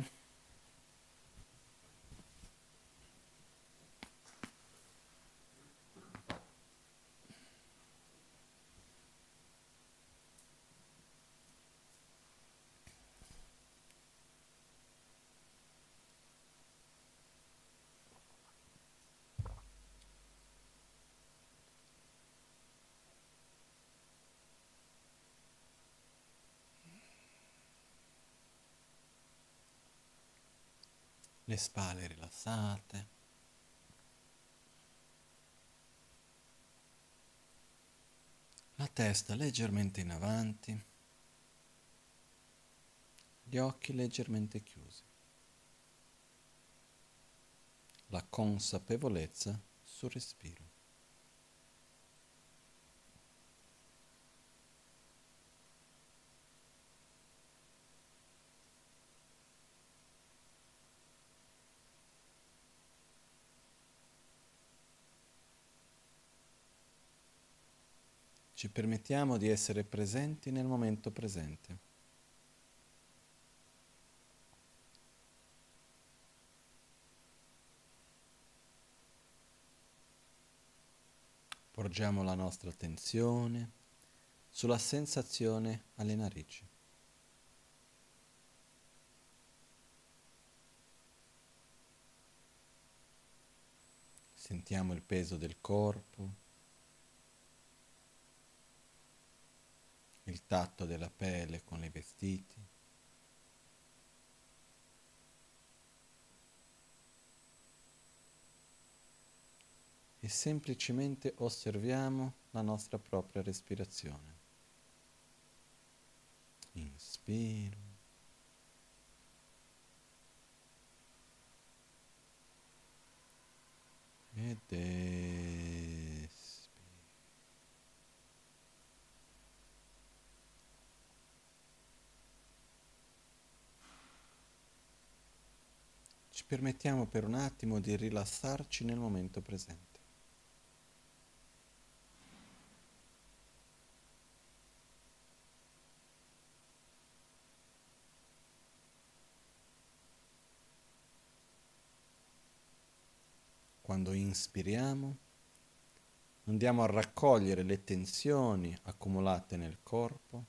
Le spalle rilassate. La testa leggermente in avanti. Gli occhi leggermente chiusi. La consapevolezza sul respiro. Ci permettiamo di essere presenti nel momento presente. Porgiamo la nostra attenzione sulla sensazione alle narici. Sentiamo il peso del corpo, il tatto della pelle con i vestiti. E semplicemente osserviamo la nostra propria respirazione. Inspiro. Ed espiro. Ci permettiamo per un attimo di rilassarci nel momento presente. Quando inspiriamo, andiamo a raccogliere le tensioni accumulate nel corpo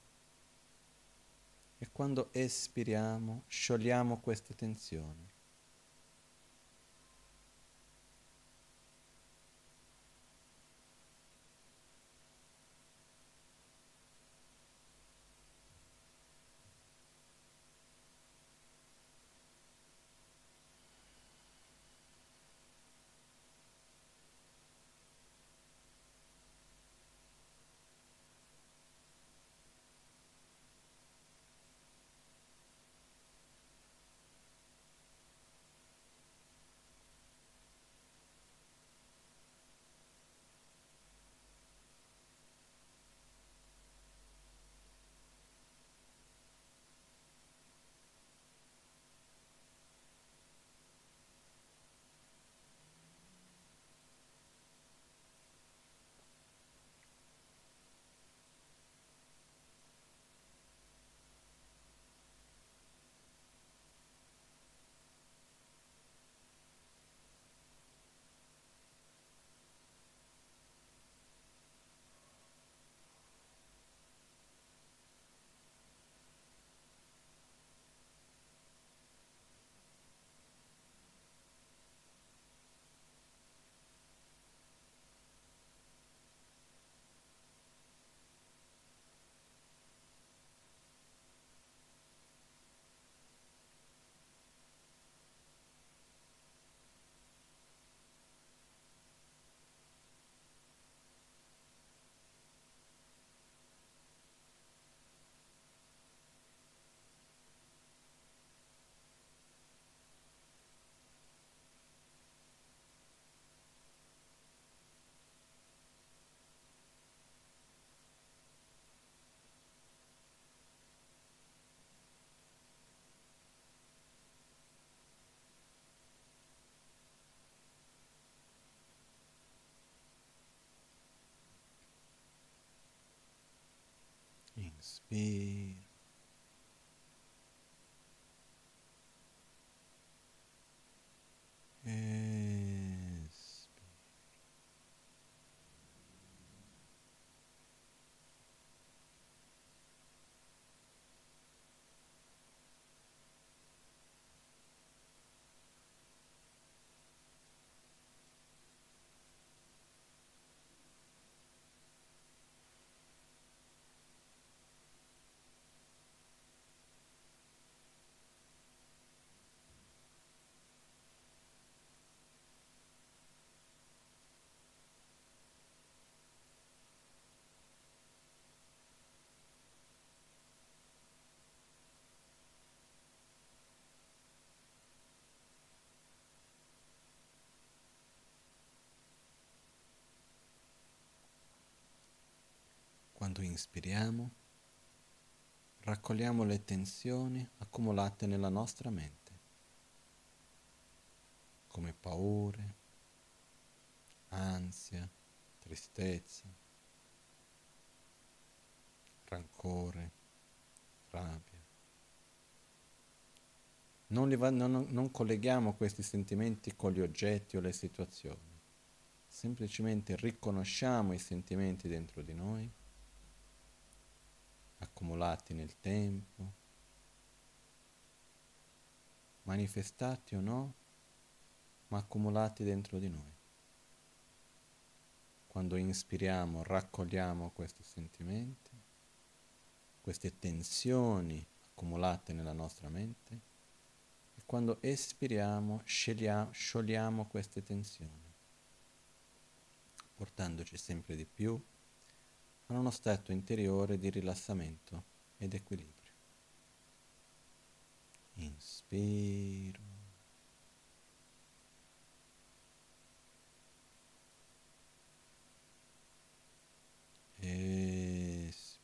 e quando espiriamo, sciogliamo queste tensioni. inspiro, espiro. Quando inspiriamo, raccogliamo le tensioni accumulate nella nostra mente, come paure, ansia, tristezza, rancore, rabbia. Non colleghiamo questi sentimenti con gli oggetti o le situazioni, semplicemente riconosciamo i sentimenti dentro di noi, accumulati nel tempo, manifestati o no, ma accumulati dentro di noi. Quando inspiriamo, raccogliamo questi sentimenti, queste tensioni accumulate nella nostra mente, e quando espiriamo, sciogliamo queste tensioni, portandoci sempre di più a uno stato interiore di rilassamento ed equilibrio. Inspiro. Espiro.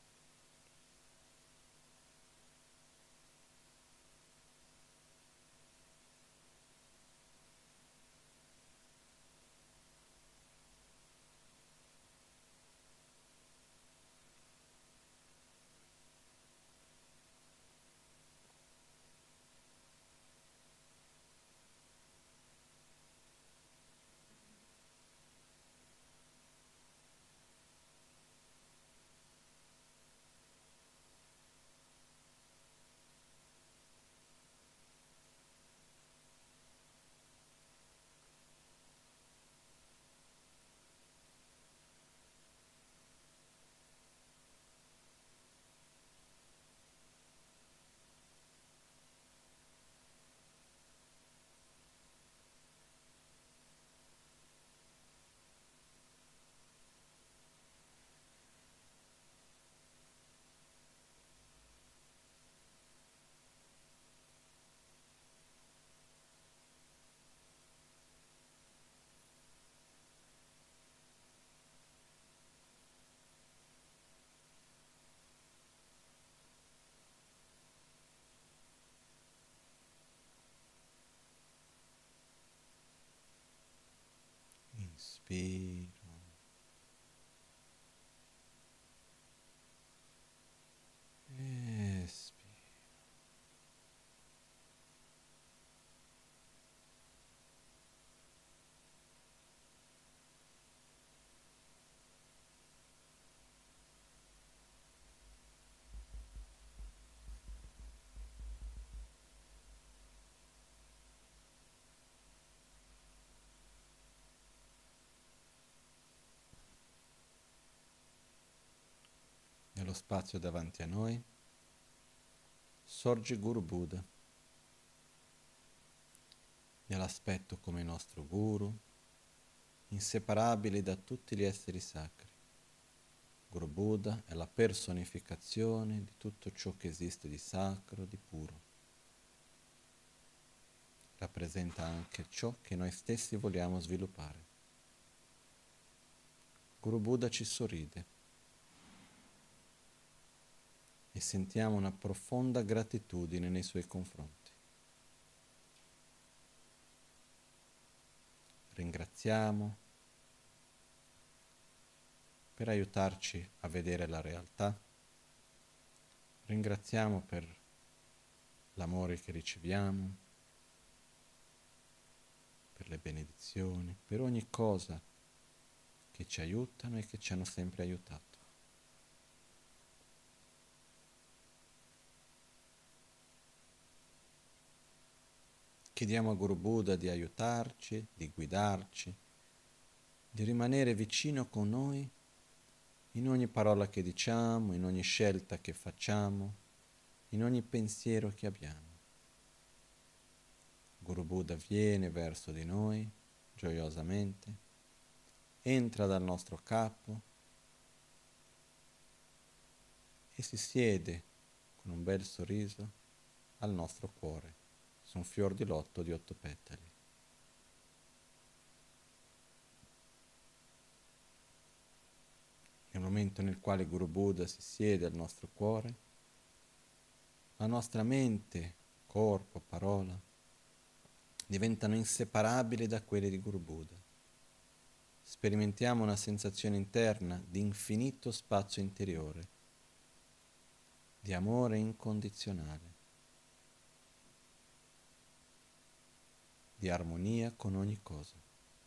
Inspiro. Espiro. Nello spazio davanti a noi sorge Guru Buddha. Io l'aspetto come nostro guru, inseparabile da tutti gli esseri sacri. Guru Buddha è la personificazione di tutto ciò che esiste di sacro, di puro. Rappresenta anche ciò che noi stessi vogliamo sviluppare. Guru Buddha ci sorride e sentiamo una profonda gratitudine nei suoi confronti. Ringraziamo per aiutarci a vedere la realtà ringraziamo per l'amore che riceviamo, per le benedizioni, per ogni cosa che ci aiutano e che ci hanno sempre aiutato. Chiediamo a Guru Buddha di aiutarci, di guidarci, di rimanere vicino con noi in ogni parola che diciamo, in ogni scelta che facciamo, in ogni pensiero che abbiamo. Guru Buddha viene verso di noi gioiosamente, entra dal nostro capo e si siede con un bel sorriso al nostro cuore, su un fior di lotto di 8 petali. Nel momento nel quale Guru Buddha si siede al nostro cuore, la nostra mente, corpo, parola diventano inseparabili da quelle di Guru Buddha. Sperimentiamo una sensazione interna di infinito spazio interiore, di amore incondizionale, di armonia con ogni cosa.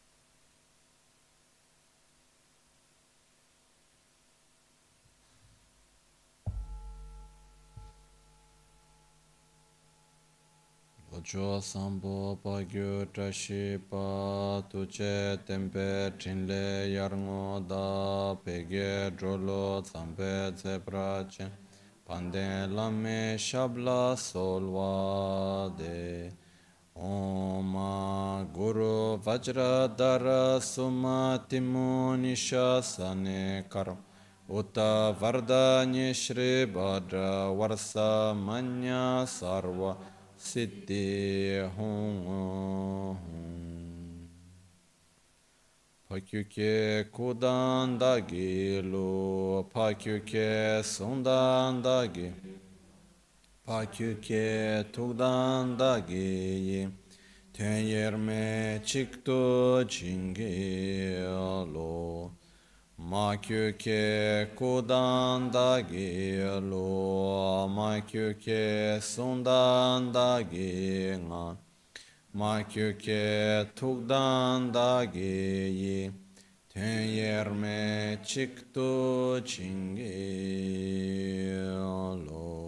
Ojo sambo pagyo trashi pa tuche tempe trinle yarngo da pege drolo zambe zebrache pande lame shabla solwa de Om Guru Vajradhara Sumatimu Nishasane Karam Uta Vardhanya Shri Bhadra Varsa Manya Sarva Siddhi Hum Pakyuke Kudandagi Lu Pakyuke Sundandagi Pakyuke Tugdandagi Tenyerme Chikto Jingi Lo Makyuke Kudandagi Lo Makyuke Sundandagi Nga Makyuke Tugdandagi Tenyerme Chikto Jingi Lo.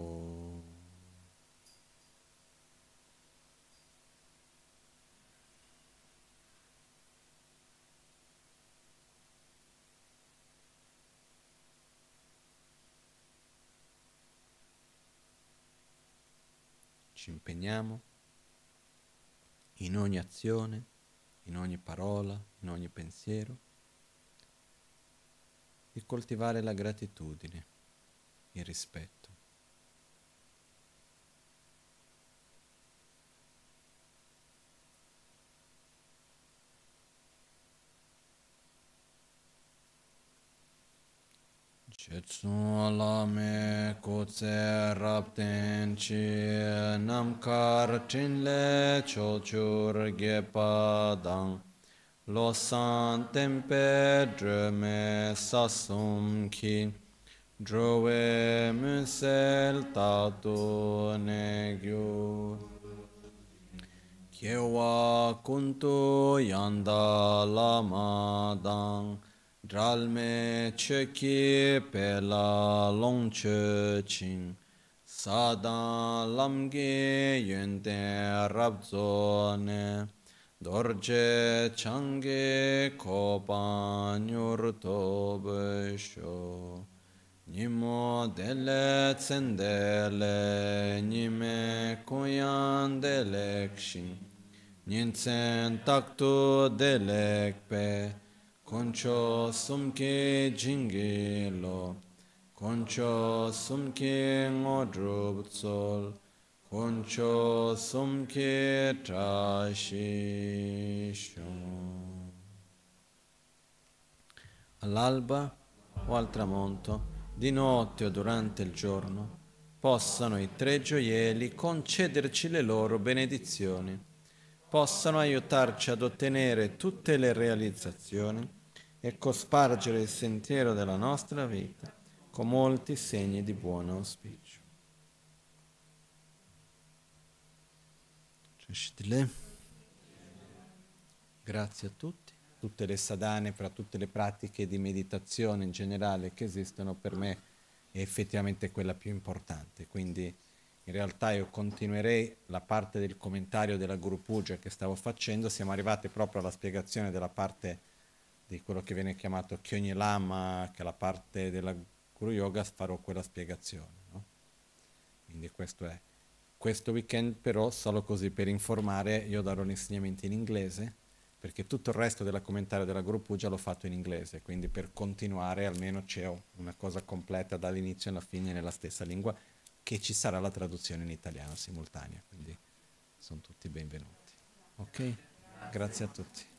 Ci impegniamo in ogni azione, in ogni parola, in ogni pensiero, di coltivare la gratitudine, il rispetto. Chetsun lame kutse rapten chi namkar chinle chochur gepa dang lo san tempe dreme sasum ki drove musel tatu negyu kyewa kuntu yanda lama dang Dralme cheki pela longche ching Sadan lamge yente rabzone Dorje change kopan yurto besho Nimo dele tsendele nime kuyan delekshin Ninsen taktu delekpe Concho sumke jingelo, concho sumke ngodrubtsol, concho sumke trashishon. All'alba o al tramonto, di notte o durante il giorno, possano i 3 gioielli concederci le loro benedizioni, possano aiutarci ad ottenere tutte le realizzazioni e cospargere il sentiero della nostra vita con molti segni di buon auspicio. Grazie a tutti. Tutte le sadhane, fra tutte le pratiche di meditazione in generale che esistono, per me è effettivamente quella più importante. Quindi in realtà io continuerei la parte del commentario della Guru Puja che stavo facendo. Siamo arrivati proprio alla spiegazione della parte di quello che viene chiamato Kyonyi Lama, che è la parte della Guru Yoga, farò quella spiegazione. No? Quindi questo è. Questo weekend però, solo così per informare, io darò gli insegnamenti in inglese, perché tutto il resto della commentario della Guru Puja l'ho fatto in inglese, quindi per continuare almeno c'è una cosa completa dall'inizio alla fine nella stessa lingua, che ci sarà la traduzione in italiano simultanea, quindi sono tutti benvenuti. Ok? Grazie a tutti.